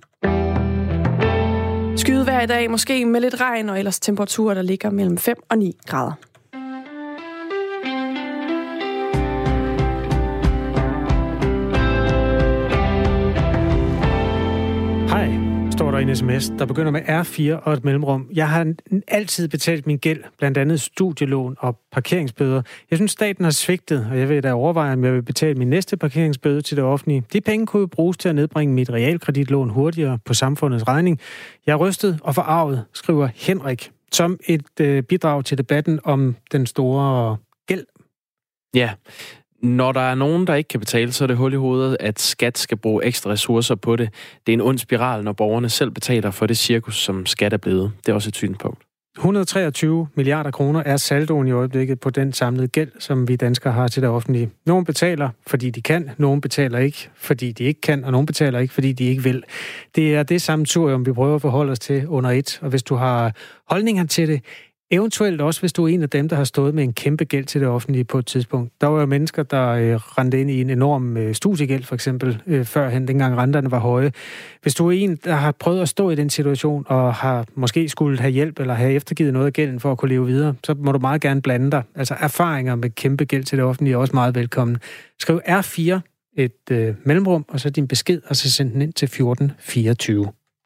Skyet vejr i dag, måske med lidt regn, og ellers temperaturer, der ligger mellem fem og ni grader. der en sms, der begynder med R fire og et mellemrum. Jeg har altid betalt min gæld, blandt andet studielån og parkeringsbøder. Jeg synes, staten har svigtet, og jeg vil da overveje, om jeg vil betale min næste parkeringsbøde til det offentlige. De penge kunne jo bruges til at nedbringe mit realkreditlån hurtigere på samfundets regning. Jeg er rystet og forarvet, skriver Henrik, som et øh, bidrag til debatten om den store gæld. Ja, når der er nogen, der ikke kan betale, så er det hul i hovedet, at skat skal bruge ekstra ressourcer på det. Det er en ond spiral, når borgerne selv betaler for det cirkus, som skat er blevet. Det er også et synspunkt. et hundrede og treogtyve milliarder kroner er saldoen i øjeblikket på den samlede gæld, som vi danskere har til det offentlige. Nogle betaler, fordi de kan, nogle betaler ikke, fordi de ikke kan, og nogle betaler ikke, fordi de ikke vil. Det er det sammensurium, vi prøver at forholde os til under et. Og hvis du har holdninger til det, eventuelt også, hvis du er en af dem, der har stået med en kæmpe gæld til det offentlige på et tidspunkt. Der var jo mennesker, der øh, rendte ind i en enorm øh, studiegæld, for eksempel, øh, førhen, dengang renterne var høje. Hvis du er en, der har prøvet at stå i den situation, og har måske skulle have hjælp, eller have eftergivet noget af gælden for at kunne leve videre, så må du meget gerne blande dig. Altså erfaringer med kæmpe gæld til det offentlige er også meget velkommen. Skriv R fire, et øh, mellemrum, og så din besked, og så send den ind til fjorten fireogtyve.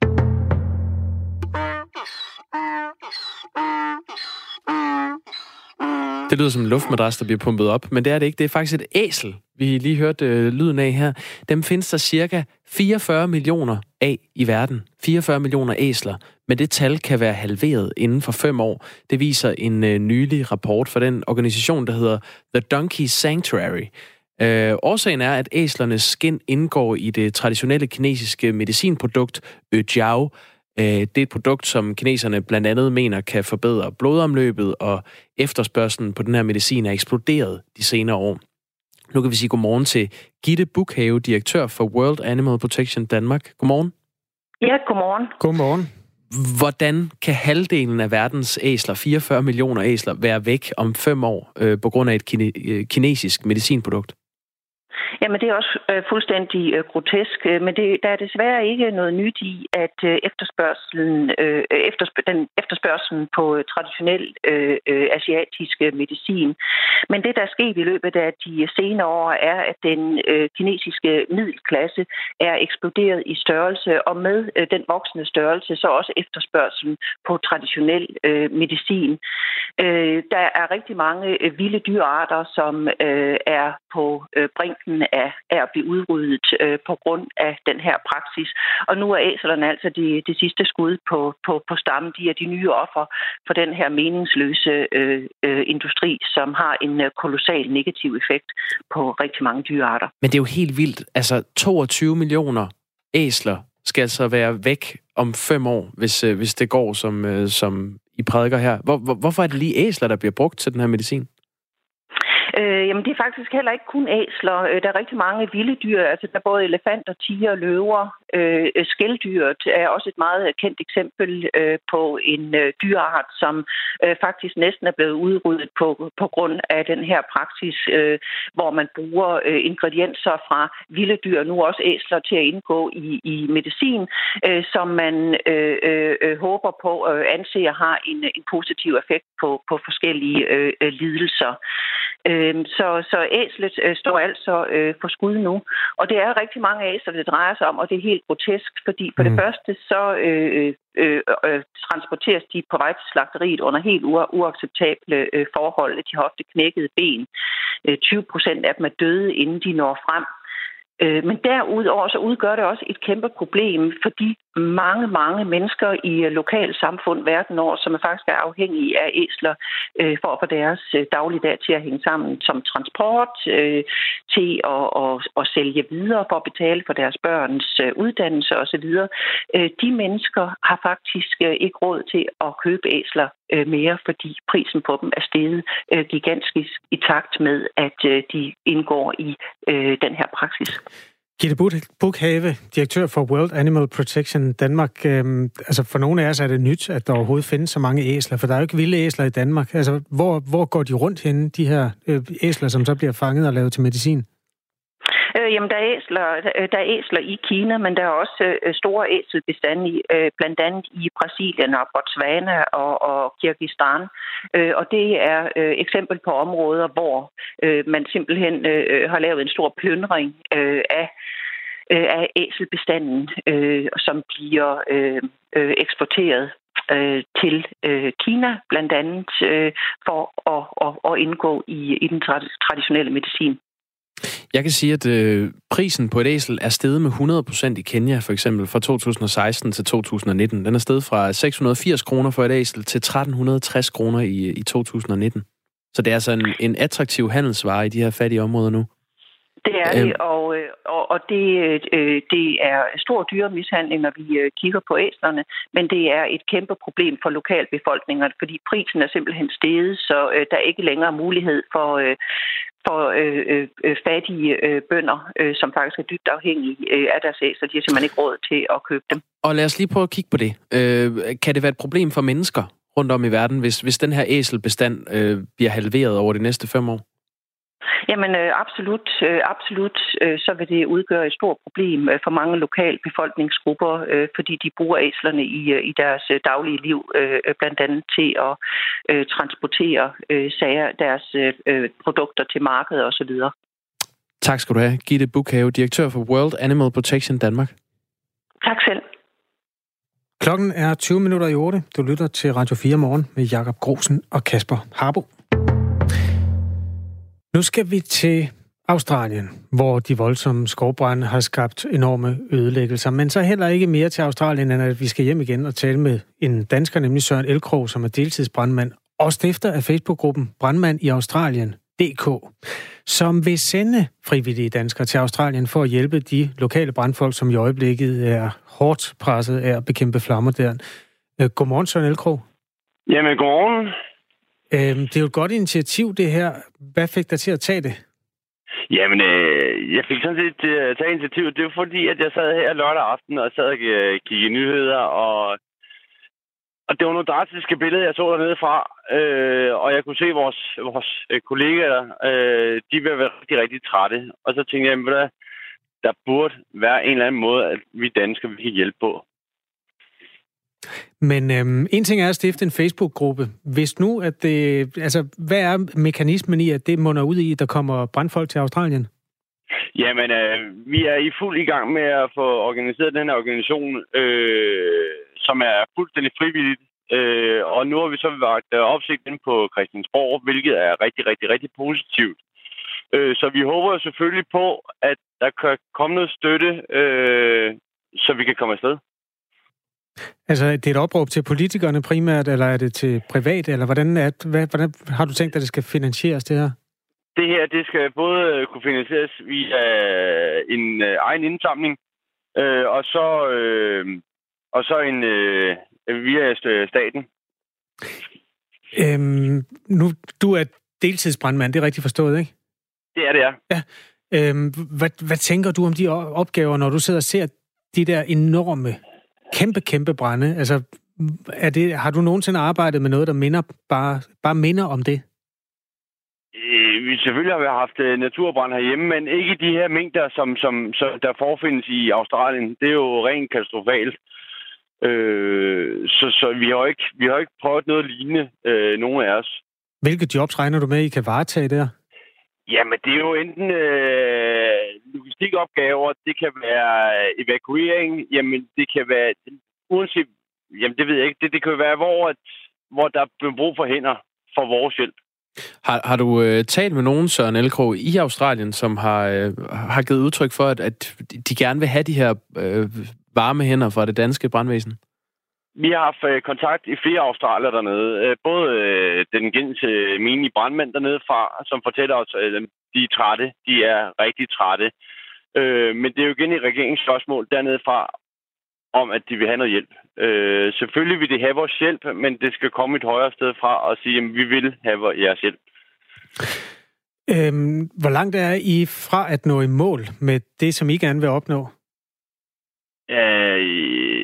Det lyder som en luftmadras, der bliver pumpet op, men det er det ikke. Det er faktisk et æsel, vi lige hørte øh, lyden af her. Dem findes der cirka fireogfyrre millioner af i verden. fireogfyrre millioner æsler, men det tal kan være halveret inden for fem år. Det viser en øh, nylig rapport fra den organisation, der hedder The Donkey Sanctuary. Øh, årsagen er, at æslernes skind indgår i det traditionelle kinesiske medicinprodukt Øjiao. Det er et produkt, som kineserne blandt andet mener kan forbedre blodomløbet, og efterspørgselen på den her medicin er eksploderet de senere år. Nu kan vi sige godmorgen til Gitte Buchhave, direktør for World Animal Protection Danmark. Godmorgen. Ja, godmorgen. Godmorgen. Hvordan kan halvdelen af verdens æsler, fireogfyrre millioner æsler, være væk om fem år øh, på grund af et kine- kinesisk medicinprodukt? Jamen, det er også øh, fuldstændig øh, grotesk, men det, der er desværre ikke noget nyt i, at øh, efterspørgselen, øh, efterspørg, den efterspørgselen på øh, traditionel øh, øh, asiatisk medicin. Men det, der er sket i løbet af de senere år, er, at den øh, kinesiske middelklasse er eksploderet i størrelse, og med øh, den voksende størrelse, så også efterspørgselen på traditionel øh, medicin. Øh, der er rigtig mange øh, vilde dyrarter, som øh, er på øh, brinken af, af at blive udryddet øh, på grund af den her praksis. Og nu er æslerne altså de, de sidste skud på, på, på stammen. De er de nye offer for den her meningsløse øh, øh, industri, som har en øh, kolossal negativ effekt på rigtig mange dyrearter. Men det er jo helt vildt. Altså toogtyve millioner æsler skal altså være væk om fem år, hvis, øh, hvis det går, som, øh, som I prædiker her. Hvor, hvor, hvorfor er det lige æsler, der bliver brugt til den her medicin? Øh, jamen, det er faktisk heller ikke kun æsler. Der er rigtig mange vilde dyr, altså der er både elefanter, tiger, løver. Øh, skældyret er også et meget kendt eksempel øh, på en øh, dyreart, som øh, faktisk næsten er blevet udryddet på, på grund af den her praksis, øh, hvor man bruger øh, ingredienser fra vilde dyr, nu også æsler, til at indgå i, i medicin, øh, som man øh, øh, håber på og øh, anser har en, en positiv effekt på, på forskellige øh, lidelser. Så, så æslet øh, står altså øh, for skud nu. Og det er rigtig mange æsler, det drejer sig om, og det er helt grotesk, fordi på mm. det første så øh, øh, øh, transporteres de på vej til slagteriet under helt u- uacceptable øh, forhold. De har ofte knækket ben. Øh, tyve procent af dem er døde, inden de når frem. Men derudover så udgør det også et kæmpe problem for de mange, mange mennesker i lokale samfund verden over, som er faktisk er afhængige af æsler øh, for at få deres øh, dagligdag til at hænge sammen som transport, øh, til at, at, at sælge videre for at betale for deres børns øh, uddannelse osv. Øh, de mennesker har faktisk øh, ikke råd til at købe æsler øh, mere, fordi prisen på dem er steget øh, gigantisk i takt med, at øh, de indgår i øh, den her praksis. Gitte Buchhave, direktør for World Animal Protection Danmark. Øhm, altså for nogle af os er det nyt, at der overhovedet findes så mange æsler, for der er jo ikke vilde æsler i Danmark. Altså hvor, hvor går de rundt henne, de her øh, æsler, som så bliver fanget og lavet til medicin? Øh, jamen, der er, æsler, der er æsler i Kina, men der er også øh, store æselbestande, i, øh, blandt andet i Brasilien og Botswana og, og Kirgisistan. Øh, og det er øh, eksempel på områder, hvor øh, man simpelthen øh, har lavet en stor plyndring øh, af øh, af æselbestanden, øh, som bliver øh, øh, eksporteret øh, til øh, Kina, blandt andet øh, for at, at, at indgå i, i den traditionelle medicin. Jeg kan sige, at øh, prisen på et æsel er steget med hundrede procent i Kenya, for eksempel fra to tusind og seksten til to tusind og nitten. Den er steget fra seks hundrede og firs kroner for et æsel til tretten tres kroner i, i to tusind og nitten. Så det er altså en, en attraktiv handelsvare i de her fattige områder nu. Det er det, og, og, og det, øh, det er stor dyremishandling, når vi øh, kigger på æslerne, men det er et kæmpe problem for lokalbefolkningerne, fordi prisen er simpelthen steget, så øh, der er ikke længere mulighed for, øh, for øh, øh, fattige øh, bønder, øh, som faktisk er dybt afhængige øh, af deres æsler. De har simpelthen ikke råd til at købe dem. Og lad os lige prøve at kigge på det. Øh, kan det være et problem for mennesker rundt om i verden, hvis, hvis den her æselbestand øh, bliver halveret over de næste fem år? Jamen øh, absolut, øh, absolut, øh, så vil det udgøre et stort problem øh, for mange lokale befolkningsgrupper, øh, fordi de bruger æslerne i, øh, i deres øh, daglige liv, øh, blandt andet til at øh, transportere øh, sager, deres øh, produkter til markedet osv. Tak skal du have, Gitte Bukhave, direktør for World Animal Protection Danmark. Tak selv. Klokken er tyve minutter i otte. Du lytter til Radio fire Morgen med Jacob Grosen og Kasper Harbo. Nu skal vi til Australien, hvor de voldsomme skovbrande har skabt enorme ødelæggelser. Men så heller ikke mere til Australien, end at vi skal hjem igen og tale med en dansker, nemlig Søren Elkroog, som er deltidsbrandmand og stifter af Facebook-gruppen Brandmand i Australien punktum d k, som vil sende frivillige danskere til Australien for at hjælpe de lokale brandfolk, som i øjeblikket er hårdt presset af at bekæmpe flammer der. Godmorgen, Søren Elkroog. Jamen, godmorgen. Øhm, det er jo et godt initiativ, det her. Hvad fik dig til at tage det? Jamen, øh, jeg fik sådan set til at tage initiativet. Det var fordi, at jeg sad her lørdag aften og sad og kiggede nyheder, og, og det var nogle drastiske billeder, jeg så dernede fra. Øh, og jeg kunne se vores, vores kollegaer, øh, de ville være rigtig, rigtig trætte. Og så tænkte jeg, at der burde være en eller anden måde, at vi danskere vi kan hjælpe på. Men øhm, en ting er at stifte en Facebook-gruppe. Hvis nu, at det... Altså, hvad er mekanismen i, at det munder ud i, at der kommer brandfolk til Australien? Jamen, øh, vi er i fuld i gang med at få organiseret den her organisation, øh, som er fuldstændig frivilligt. Øh, og nu har vi så været opsigt inde på Christiansborg, hvilket er rigtig, rigtig, rigtig positivt. Øh, så vi håber selvfølgelig på, at der kan komme noget støtte, øh, så vi kan komme afsted. Altså, det er et opråb til politikerne primært, eller er det til privat, eller hvordan, er det, hvad, hvordan har du tænkt, at det skal finansieres, det her? Det her, det skal både kunne finansieres via en øh, egen indsamling, øh, og så øh, og så en øh, via staten. Øhm, nu, du er deltidsbrandmand, det er rigtigt forstået, ikke? Det er det, ja. Ja. Øhm, hvad, hvad tænker du om de opgaver, når du sidder og ser de der enorme kæmpe, kæmpe brænde? Altså, er det, har du nogensinde arbejdet med noget, der minder, bare, bare minder om det? Øh, vi selvfølgelig har vi haft uh, naturbrand herhjemme, men ikke de her mængder, som, som, som der forfindes i Australien. Det er jo rent katastrofalt. Øh, så så vi, har ikke, vi har ikke prøvet noget lignende, øh, nogen af os. Hvilke jobs regner du med, I kan varetage der? Jamen, det er jo enten øh, logistikopgaver, det kan være evakuering, jamen det kan være, uanset, jamen det ved jeg ikke, det, det kan være, hvor, hvor der er brug for hænder for vores hjælp. Har, har du øh, talt med nogen, Søren Elkroog, i Australien, som har, øh, har givet udtryk for, at, at de gerne vil have de her øh, varme hænder fra det danske brandvæsen? Vi har haft øh, kontakt i flere australier dernede. Øh, både øh, den gængse menige brandmænd dernede fra, som fortæller os, at øh, de er trætte. De er rigtig trætte. Øh, men det er jo igen et regeringsspørgsmål dernede fra, om at de vil have noget hjælp. Øh, selvfølgelig vil de have vores hjælp, men det skal komme et højere sted fra og sige, at vi vil have jeres hjælp. Øhm, hvor langt er I fra at nå i mål med det, som I gerne vil opnå? Øh,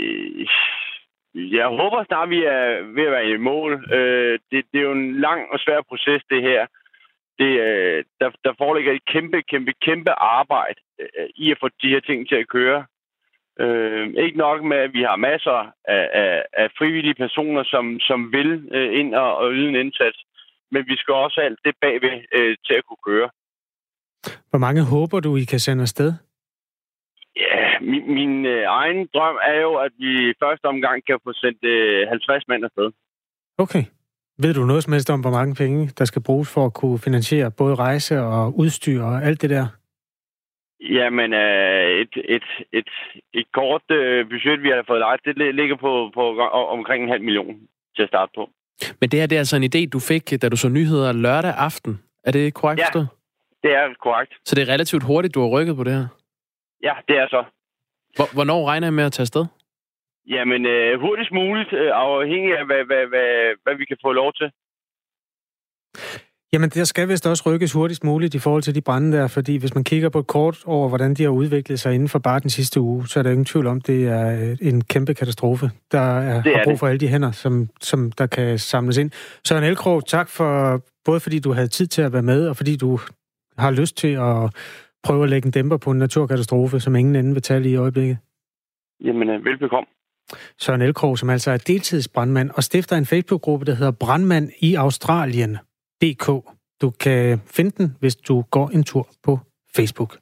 Jeg håber snart, vi er ved at være i mål. Øh, det, det er jo en lang og svær proces, det her. Det, øh, der, der foreligger et kæmpe, kæmpe, kæmpe arbejde øh, i at få de her ting til at køre. Øh, ikke nok med, at vi har masser af, af, af frivillige personer, som, som vil øh, ind og, og yde en indsats. Men vi skal også alt det bagved øh, til at kunne køre. Hvor mange håber du, I kan sende afsted? Ja, min, min øh, egen drøm er jo, at vi i første omgang kan få sendt øh, halvtreds mand afsted. Okay. Ved du noget som helst om, hvor mange penge, der skal bruges for at kunne finansiere både rejse og udstyr og alt det der? Jamen, øh, et, et, et, et kort øh, budget, vi har fået lagt, det ligger på, på omkring en halv million til at starte på. Men det her, det er altså en idé, du fik, da du så nyheder lørdag aften. Er det korrekt forstået? Ja, det er korrekt. Så det er relativt hurtigt, du har rykket på det her? Ja, det er så. Hvornår regner jeg med at tage afsted? Jamen, øh, hurtigst muligt, øh, afhængig af, hvad, hvad, hvad, hvad vi kan få lov til. Jamen, der skal vist også rykkes hurtigst muligt i forhold til de brande der, fordi hvis man kigger på et kort over, hvordan de har udviklet sig inden for bare den sidste uge, så er der ingen tvivl om, det er en kæmpe katastrofe. Der er, er har brug for alle de hænder, som, som der kan samles ind. Søren Elkroog, tak for, både fordi du havde tid til at være med, og fordi du har lyst til at prøve at lægge en dæmper på en naturkatastrofe, som ingen ende vil tale i øjeblikket. Jamen, velbekomme. Søren Elkroog, som altså er deltidsbrandmand og stifter en Facebook-gruppe, der hedder Brandmand i Australien punktum d k. Du kan finde den, hvis du går en tur på Facebook.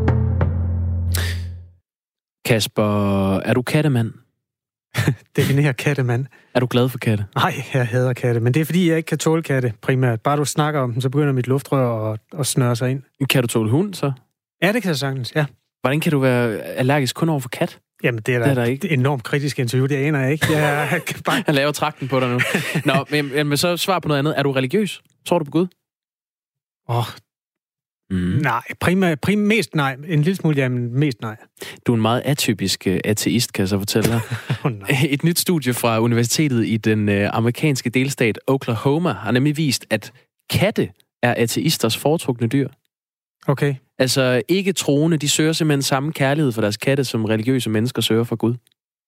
Kasper, er du kattemand? Definér kattemand. Er du glad for katte? Nej, jeg hader katte, men det er fordi, jeg ikke kan tåle katte primært. Bare du snakker om den, så begynder mit luftrør at, at snøre sig ind. Kan du tåle hund, så? Ja, det kan jeg sagtens, ja. Hvordan kan du være allergisk kun over for kat? Jamen, det er, det er da der ikke. Et enormt kritisk interview, det aner jeg ikke. Jeg, jeg, bare... jeg laver trakten på dig nu. Nå, men, men så svar på noget andet. Er du religiøs? Tror du på Gud? Åh, oh, mm. nej. Primært, prim, mest nej. En lille smule, ja, men mest nej. Du er en meget atypisk ateist, kan jeg så fortælle dig. oh, Et nyt studie fra universitetet i den øh, amerikanske delstat Oklahoma har nemlig vist, at katte er ateisters foretrukne dyr. Okay. Altså ikke troende, de søger simpelthen samme kærlighed for deres katte, som religiøse mennesker søger for Gud.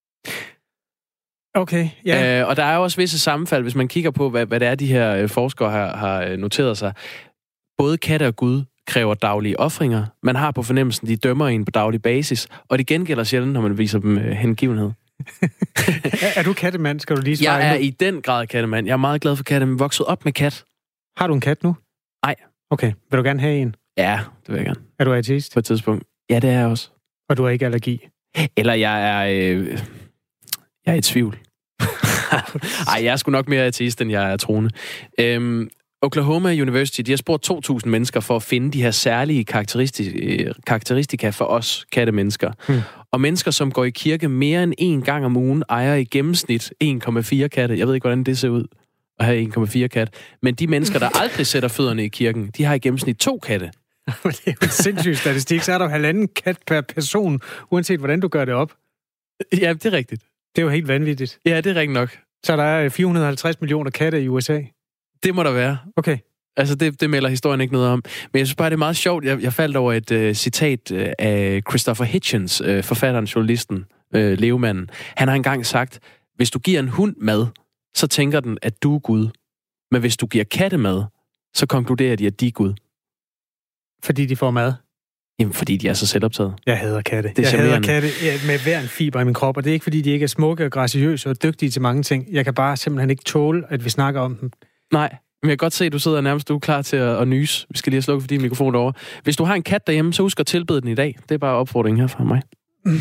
Okay, ja. Øh, og der er jo også visse sammenfald, hvis man kigger på, hvad, hvad det er, de her øh, forskere har, har noteret sig. Både katte og Gud kræver daglige ofringer. Man har på fornemmelsen, de dømmer en på daglig basis, og det gengælder sjældent, når man viser dem øh, hengivenhed. er, er du kattemand, skal du lige svare? Jeg er i den grad kattemand. Jeg er meget glad for katte, men vokset op med kat. Har du en kat nu? Nej. Okay, vil du gerne have en? Ja, det vil jeg gerne. Er du ateist? På et tidspunkt. Ja, det er jeg også. Og du har ikke allergi? Eller jeg er... Øh, jeg er i tvivl. Ej, jeg er sgu nok mere ateist, end jeg er troende. Øhm, Oklahoma University, de har spurgt to tusind mennesker for at finde de her særlige karakteristika, karakteristika for os kattemennesker. Hmm. Og mennesker, som går i kirke mere end en gang om ugen, ejer i gennemsnit en komma fire katte. Jeg ved ikke, hvordan det ser ud at have en komma fire kat. Men de mennesker, der aldrig sætter fødderne i kirken, de har i gennemsnit to katte. Det er jo en sindssyg statistik. Så er der jo halvanden kat per person, uanset hvordan du gør det op. Ja, det er rigtigt. Det er jo helt vanvittigt. Ja, det er rigtigt nok. Så der er fire hundrede og halvtreds millioner katte i U S A? Det må der være. Okay. Altså, det, det melder historien ikke noget om. Men jeg synes bare, det er meget sjovt. Jeg, jeg faldt over et uh, citat uh, af Christopher Hitchens, uh, forfatteren, journalisten, uh, levemanden. Han har engang sagt, hvis du giver en hund mad, så tænker den, at du er Gud. Men hvis du giver katte mad, så konkluderer de, at de er Gud. Fordi de får mad? Jamen, fordi de er så selvoptaget. Jeg hader katte. Det er jeg hader katte med hver en fiber i min krop, og det er ikke, fordi de ikke er smukke og graciøse og dygtige til mange ting. Jeg kan bare simpelthen ikke tåle, at vi snakker om dem. Nej, men jeg kan godt se, at du sidder nærmest du er klar til at, at nyse. Vi skal lige have slukket for din mikrofon derovre. Hvis du har en kat derhjemme, så husk at tilbede den i dag. Det er bare opfordringen her fra mig. Mm.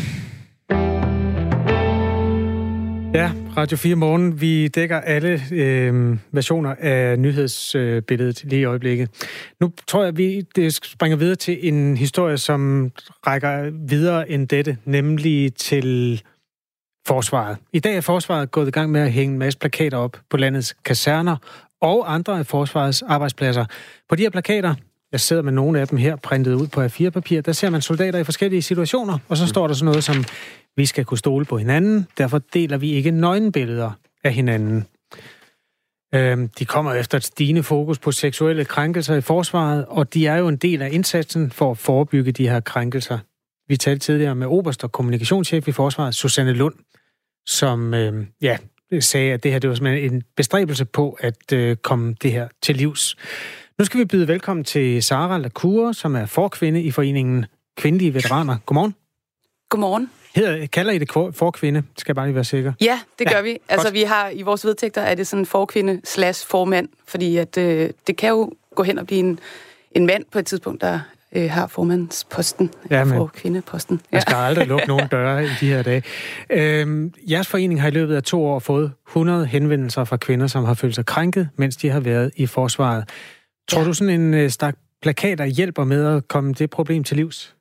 Ja, Radio fire Morgen. Vi dækker alle øh, versioner af nyhedsbilledet øh, lige i øjeblikket. Nu tror jeg, at vi det springer videre til en historie, som rækker videre end dette, nemlig til forsvaret. I dag er forsvaret gået i gang med at hænge en masse plakater op på landets kaserner og andre af forsvarets arbejdspladser. På de her plakater, jeg sidder med nogle af dem her printet ud på A fire papir, der ser man soldater i forskellige situationer, og så står der sådan noget som, vi skal kunne stole på hinanden, derfor deler vi ikke nøgenbilleder af hinanden. Øhm, de kommer efter et stigende fokus på seksuelle krænkelser i forsvaret, og de er jo en del af indsatsen for at forebygge de her krænkelser. Vi talte tidligere med oberst og kommunikationschef i forsvaret, Susanne Lund, som øh, ja, sagde, at det her det var simpelthen en bestræbelse på at øh, komme det her til livs. Nu skal vi byde velkommen til Sara Lacour, som er forkvinde i foreningen Kvindelige Veteraner. Godmorgen. Godmorgen. Hedder, kalder I det forkvinde? Skal jeg bare lige være sikker. Ja, det gør ja, vi. Altså godt. Vi har i vores vedtægter, er det sådan forkvinde slash formand, fordi at, øh, det kan jo gå hen og blive en, en mand på et tidspunkt, der øh, har formandsposten, ja, men, for kvindeposten. Man skal aldrig lukke nogen døre i de her dage. Øhm, jeres forening har i løbet af to år fået hundrede henvendelser fra kvinder, som har følt sig krænket, mens de har været i forsvaret. Tror ja. du sådan en øh, stak plakater hjælper med at komme det problem til livs?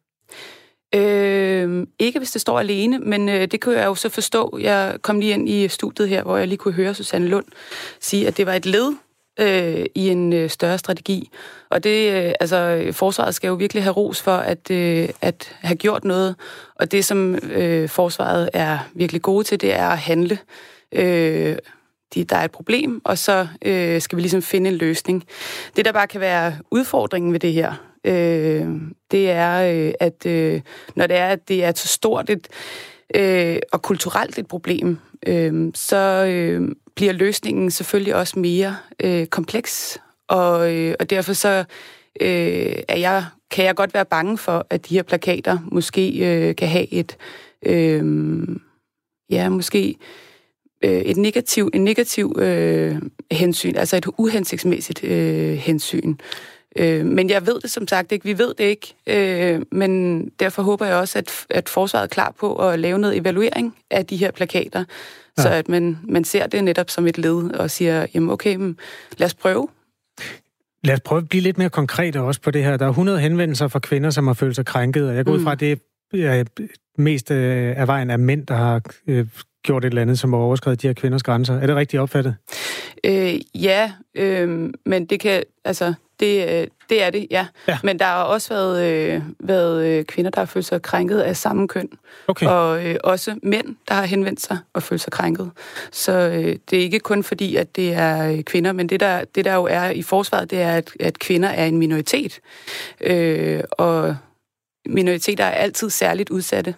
Øh, ikke hvis det står alene, men øh, det kunne jeg jo så forstå. Jeg kom lige ind i studiet her, hvor jeg lige kunne høre Susanne Lund sige, at det var et led øh, i en øh, større strategi. Og det, øh, altså, forsvaret skal jo virkelig have ros for at, øh, at have gjort noget. Og det, som øh, forsvaret er virkelig gode til, det er at handle. Øh, de, der er et problem, og så øh, skal vi ligesom finde en løsning. Det, der bare kan være udfordringen ved det her, Øh, det er, øh, at øh, når det er, at det er så stort et øh, og kulturelt et problem, øh, så øh, bliver løsningen selvfølgelig også mere øh, kompleks, og, øh, og derfor så øh, er jeg, kan jeg godt være bange for, at de her plakater måske øh, kan have et øh, ja, måske øh, et negativ, en negativ øh, hensyn, altså et uhensigtsmæssigt øh, hensyn. Øh, men jeg ved det som sagt ikke. Vi ved det ikke. Øh, men derfor håber jeg også, at, at forsvaret er klar på at lave noget evaluering af de her plakater, ja. Så at man, man ser det netop som et led og siger, jamen okay, lad os prøve. Lad os prøve at blive lidt mere konkrete også på det her. Der er hundrede henvendelser fra kvinder, som har følt sig krænket, og jeg går ud fra, at det er mest af vejen af mænd, der har øh, gjort et eller andet, som har overskredet de her kvinders grænser. Er det rigtigt opfattet? Øh, ja, øh, men det kan, altså, det, det er det, ja. ja. Men der har også været, øh, været kvinder, der har følt sig krænket af samme køn. Okay. Og øh, også mænd, der har henvendt sig og følt sig krænket. Så øh, det er ikke kun fordi, at det er kvinder, men det der, det der jo er i forsvaret, det er, at, at kvinder er en minoritet. Øh, og minoriteter er altid særligt udsatte.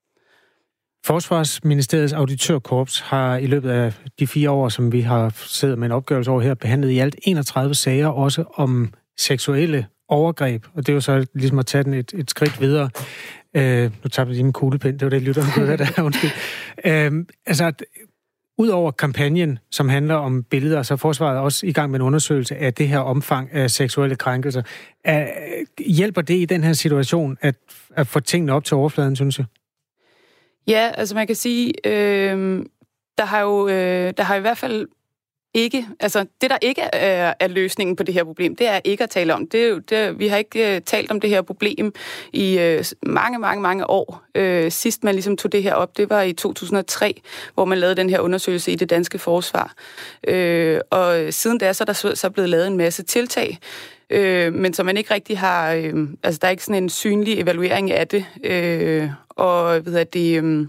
Forsvarsministeriets auditørkorps har i løbet af de fire år, som vi har siddet med en opgørelse over her, behandlet i alt enogtredive sager, også om seksuelle overgreb. Og det er jo så ligesom at tage den et, et skridt videre. Øh, nu tabte jeg din kuglepind, det var det, lytterne kunne høre der. Undskyld. Øh, altså, udover kampagnen, som handler om billeder, så er forsvaret også i gang med en undersøgelse af det her omfang af seksuelle krænkelser. Er, hjælper det i den her situation at, at få tingene op til overfladen, synes jeg? Ja, altså man kan sige, øh, der har jo øh, der har i hvert fald ikke, altså det der ikke er, er løsningen på det her problem, det er ikke at tale om. Det er jo, det, vi har ikke uh, talt om det her problem i uh, mange, mange, mange år. Uh, sidst man ligesom tog det her op, det var i to tusind og tre, hvor man lavede den her undersøgelse i det danske forsvar. Uh, og siden da så er der så, så blevet lavet en masse tiltag, uh, men som man ikke rigtig har, uh, altså der er ikke sådan en synlig evaluering af det. Uh, og ved jeg, det, uh,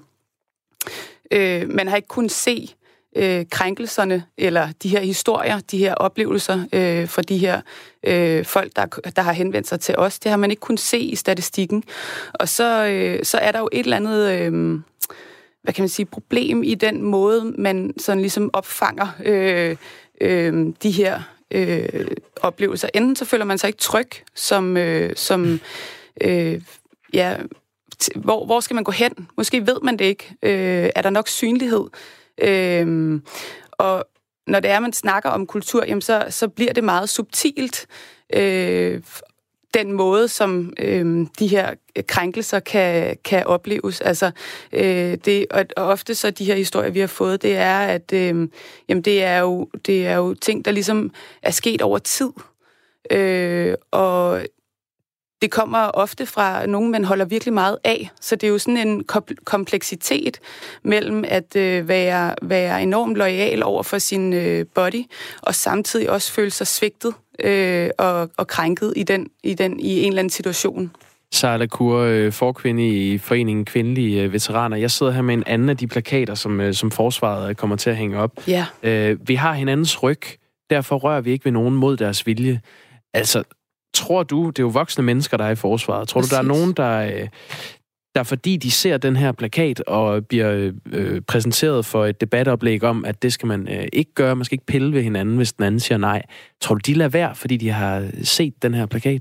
uh, man har ikke kunnet se Øh, krænkelserne, eller de her historier, de her oplevelser øh, fra de her øh, folk, der, der har henvendt sig til os. Det har man ikke kunnet se i statistikken. Og så, øh, så er der jo et eller andet, øh, hvad kan man sige, problem i den måde, man sådan ligesom opfanger øh, øh, de her øh, oplevelser. Enten så føler man sig ikke tryg, som, øh, som øh, ja, t- hvor, hvor skal man gå hen? Måske ved man det ikke. Øh, er der nok synlighed? Øhm, og når det er, man snakker om kultur, jamen så, så bliver det meget subtilt, øh, den måde, som øh, de her krænkelser kan, kan opleves. Altså, øh, det, og, og ofte så de her historier, vi har fået, det er, at øh, jamen det, er jo, det er jo ting, der ligesom er sket over tid. Øh, og det kommer ofte fra nogen, man holder virkelig meget af. Så det er jo sådan en kompleksitet mellem at øh, være, være enormt loyal over for sin øh, body, og samtidig også føle sig svigtet øh, og, og krænket i, den, i, den, i en eller anden situation. Sara Lacour, forkvinde i Foreningen Kvindelige Veteraner. Jeg sidder her med en anden af de plakater, som, som forsvaret kommer til at hænge op. Ja. Vi har hinandens ryg, derfor rører vi ikke ved nogen mod deres vilje. Altså, tror du, det er jo voksne mennesker, der er i forsvaret, tror Præcis. du, der er nogen, der, der fordi de ser den her plakat og bliver øh, præsenteret for et debatoplæg om, at det skal man øh, ikke gøre, man skal ikke pille ved hinanden, hvis den anden siger nej. Tror du, de lader være, fordi de har set den her plakat?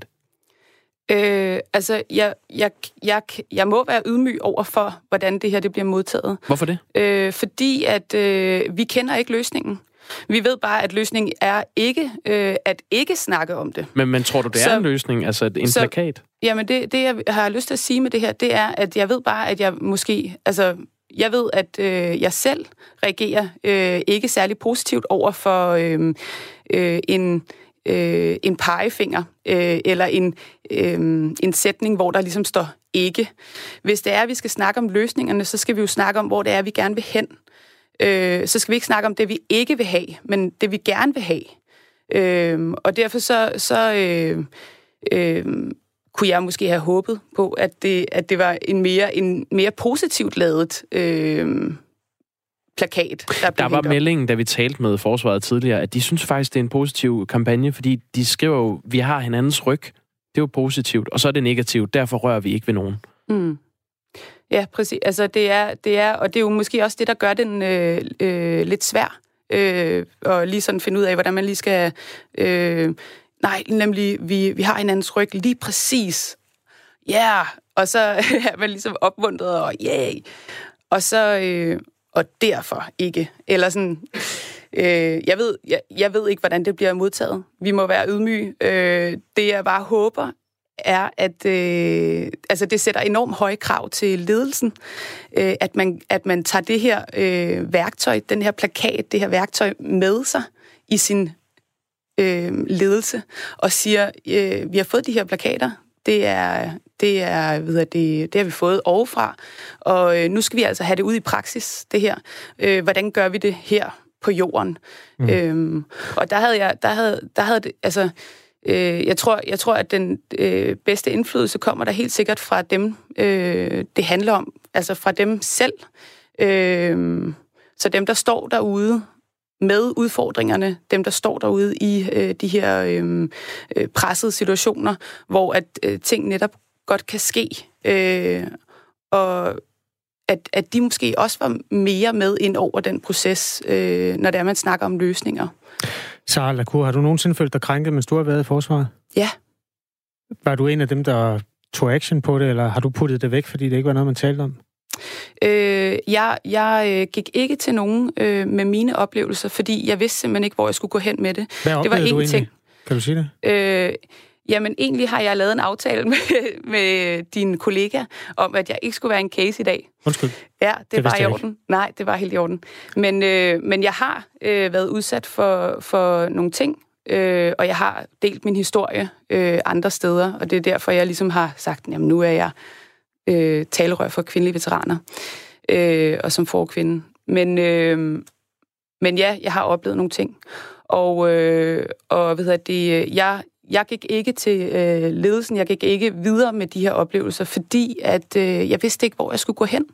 Øh, altså, jeg, jeg, jeg, jeg må være ydmyg over for, hvordan det her det bliver modtaget. Hvorfor det? Øh, fordi at øh, vi kender ikke løsningen. Vi ved bare, at løsningen er ikke øh, at ikke snakke om det. Men, men tror du, det er så, en løsning, altså en så, plakat? Jamen, det, det, jeg har lyst til at sige med det her, det er, at jeg ved bare, at jeg måske... Altså, jeg ved, at øh, jeg selv reagerer øh, ikke særlig positivt over for øh, øh, en, øh, en pegefinger øh, eller en, øh, en sætning, hvor der ligesom står ikke. Hvis det er, at vi skal snakke om løsningerne, så skal vi jo snakke om, hvor det er, vi gerne vil hen. Øh, så skal vi ikke snakke om det, vi ikke vil have, men det, vi gerne vil have. Øh, og derfor så... så øh, øh, kunne jeg måske have håbet på, at det, at det var en mere, en mere positivt lavet øh, plakat, der blev Der var meldingen, da vi talte med forsvaret tidligere, at de synes faktisk, det er en positiv kampagne, fordi de skriver jo, vi har hinandens ryg. Det er jo positivt, og så er det negativt. Derfor rører vi ikke ved nogen. Mm. Ja, præcis. Altså, det er, det er, og det er jo måske også det, der gør den øh, øh, lidt svær. Øh, og lige sådan finde ud af, hvordan man lige skal... Øh, Nej, nemlig, vi, vi har hinandens ryg lige præcis. Ja, yeah. Og så er man ligesom opmuntret, og yeah. Og så, øh, og derfor ikke. Eller sådan, øh, jeg, ved, jeg, jeg ved ikke, hvordan det bliver modtaget. Vi må være ydmyge. Øh, det, jeg bare håber, er, at øh, altså det sætter enormt høje krav til ledelsen, øh, at, man, at man tager det her øh, værktøj, den her plakat, det her værktøj med sig i sin Øh, ledelse, og siger, øh, vi har fået de her plakater, det er, det er, ved jeg, det, det har vi fået ovenfra, og øh, nu skal vi altså have det ud i praksis, det her. Øh, hvordan gør vi det her på jorden? Mm. Øhm, og der havde jeg, der havde, der havde det, altså, øh, jeg tror, jeg tror, at den øh, bedste indflydelse kommer der helt sikkert fra dem, øh, det handler om, altså fra dem selv. Øh, så dem, der står derude, med udfordringerne, dem, der står derude i øh, de her øh, øh, pressede situationer, hvor at øh, ting netop godt kan ske, øh, og at, at de måske også var mere med ind over den proces, øh, når det er, man snakker om løsninger. Sara Lacour, har du nogensinde følt dig krænket, mens du har været i forsvaret? Ja. Var du en af dem, der tog action på det, eller har du puttet det væk, fordi det ikke var noget, man talte om? Øh, jeg jeg øh, gik ikke til nogen øh, med mine oplevelser, fordi jeg vidste simpelthen ikke, hvor jeg skulle gå hen med det. Hvad det var du egentlig? ting. Kan du sige det? Øh, jamen, egentlig har jeg lavet en aftale med, med din kollega om, at jeg ikke skulle være en case i dag. Undskyld. Ja, det, det var i orden. Ikke. Nej, det var helt i orden. Men, øh, men jeg har øh, været udsat for, for nogle ting, øh, og jeg har delt min historie øh, andre steder, og det er derfor, jeg ligesom har sagt, jamen nu er jeg Øh, talerør for kvindelige veteraner, øh, og som forkvinde. Men, øh, men ja, jeg har oplevet nogle ting. Og, øh, og hvad hedder det, jeg, jeg gik ikke til øh, ledelsen, jeg gik ikke videre med de her oplevelser, fordi at øh, jeg vidste ikke, hvor jeg skulle gå hen.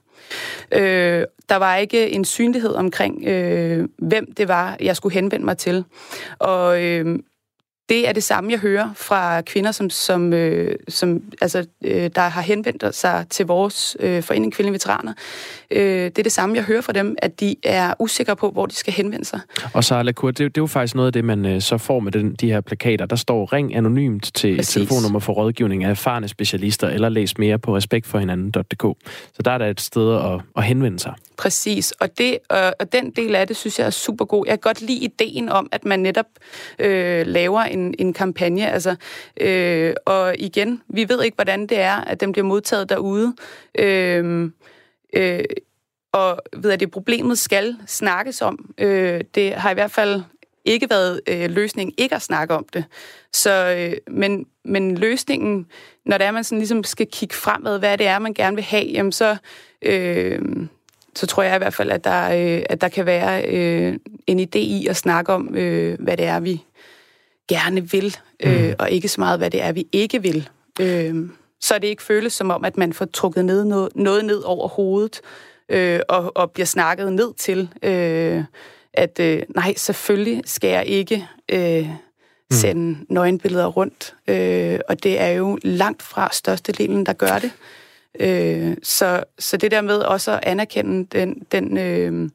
Øh, der var ikke en synlighed omkring, øh, hvem det var, jeg skulle henvende mig til. Og øh, det er det samme, jeg hører fra kvinder, som, som, øh, som altså, øh, der har henvendt sig til vores øh, forening Kvindelige Veteraner. Øh, det er det samme, jeg hører fra dem, at de er usikre på, hvor de skal henvende sig. Og Sara Lacour, det, det er jo faktisk noget af det, man øh, så får med den, de her plakater. Der står ring anonymt til et telefonnummer for rådgivning af erfarne specialister, eller læs mere på respekt for hinanden punktum d k. Så der er der et sted at, at henvende sig. Præcis, og, det, og, og den del af det, synes jeg er super god. Jeg kan godt lide ideen om, at man netop øh, laver en, en kampagne. Altså, øh, og igen, vi ved ikke, hvordan det er, at den bliver modtaget derude. Øh, øh, og ved at det problemet skal snakkes om. Øh, det har i hvert fald ikke været øh, løsningen ikke at snakke om det. Så, øh, men, men løsningen, når det er, man sådan ligesom skal kigge fremad, hvad det er, man gerne vil have, jamen så... Øh, så tror jeg i hvert fald, at der, øh, at der kan være øh, en idé i at snakke om, øh, hvad det er, vi gerne vil, øh, mm. og ikke så meget, hvad det er, vi ikke vil. Øh, så det ikke føles som om, at man får trukket ned, noget, noget ned over hovedet, øh, og, og bliver snakket ned til, øh, at øh, nej, selvfølgelig skal jeg ikke øh, sende mm. nøgenbilleder rundt. Øh, og det er jo langt fra størstedelen, der gør det. Øh, så, så det der med også at anerkende den, den øh,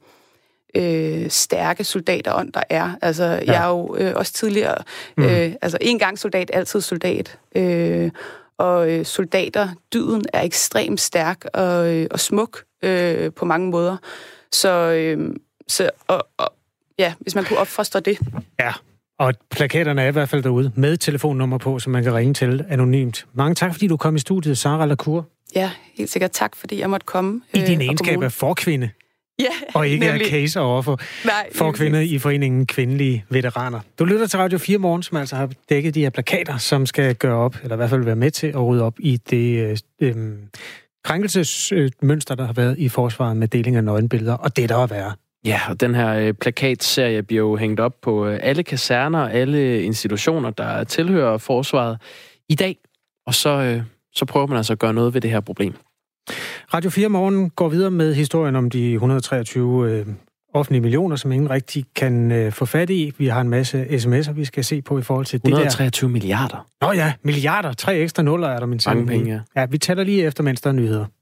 øh, stærke soldaterånd, der er. Altså, ja. Jeg er jo øh, også tidligere, mm. øh, altså en gang soldat, altid soldat. Øh, og øh, soldater, dyden er ekstremt stærk og, øh, og smuk øh, på mange måder. Så, øh, så og, og, ja, hvis man kunne opfostre det. Ja. Og plakaterne er i hvert fald derude med telefonnummer på, som man kan ringe til anonymt. Mange tak, fordi du kom i studiet, Sara Lacour. Ja, helt sikkert tak, fordi jeg måtte komme. I din øh, egenskab af forkvinde. Ja, og ikke nemlig. er case overfor Nej, for kvinder i foreningen Kvindelige Veteraner. Du lytter til Radio fire Morgen, som altså har dækket de her plakater, som skal gøre op, eller i hvert fald være med til at rydde op i det øh, øh, krænkelsesmønster, der har været i forsvaret med deling af nøgenbilleder, og det der er værre. Ja, og den her øh, plakatserie bliver jo hængt op på øh, alle kaserner og alle institutioner, der tilhører forsvaret i dag. Og så, øh, så prøver man altså at gøre noget ved det her problem. Radio fire Morgen går videre med historien om de et hundrede og treogtyve øh, offentlige millioner, som ingen rigtig kan øh, få fat i. Vi har en masse sms'er, vi skal se på i forhold til det der. et hundrede og treogtyve milliarder. Nå ja, milliarder. Tre ekstra nuller er der, min Mange penge, ja. Ja, vi taler lige efter, mens der er nyheder.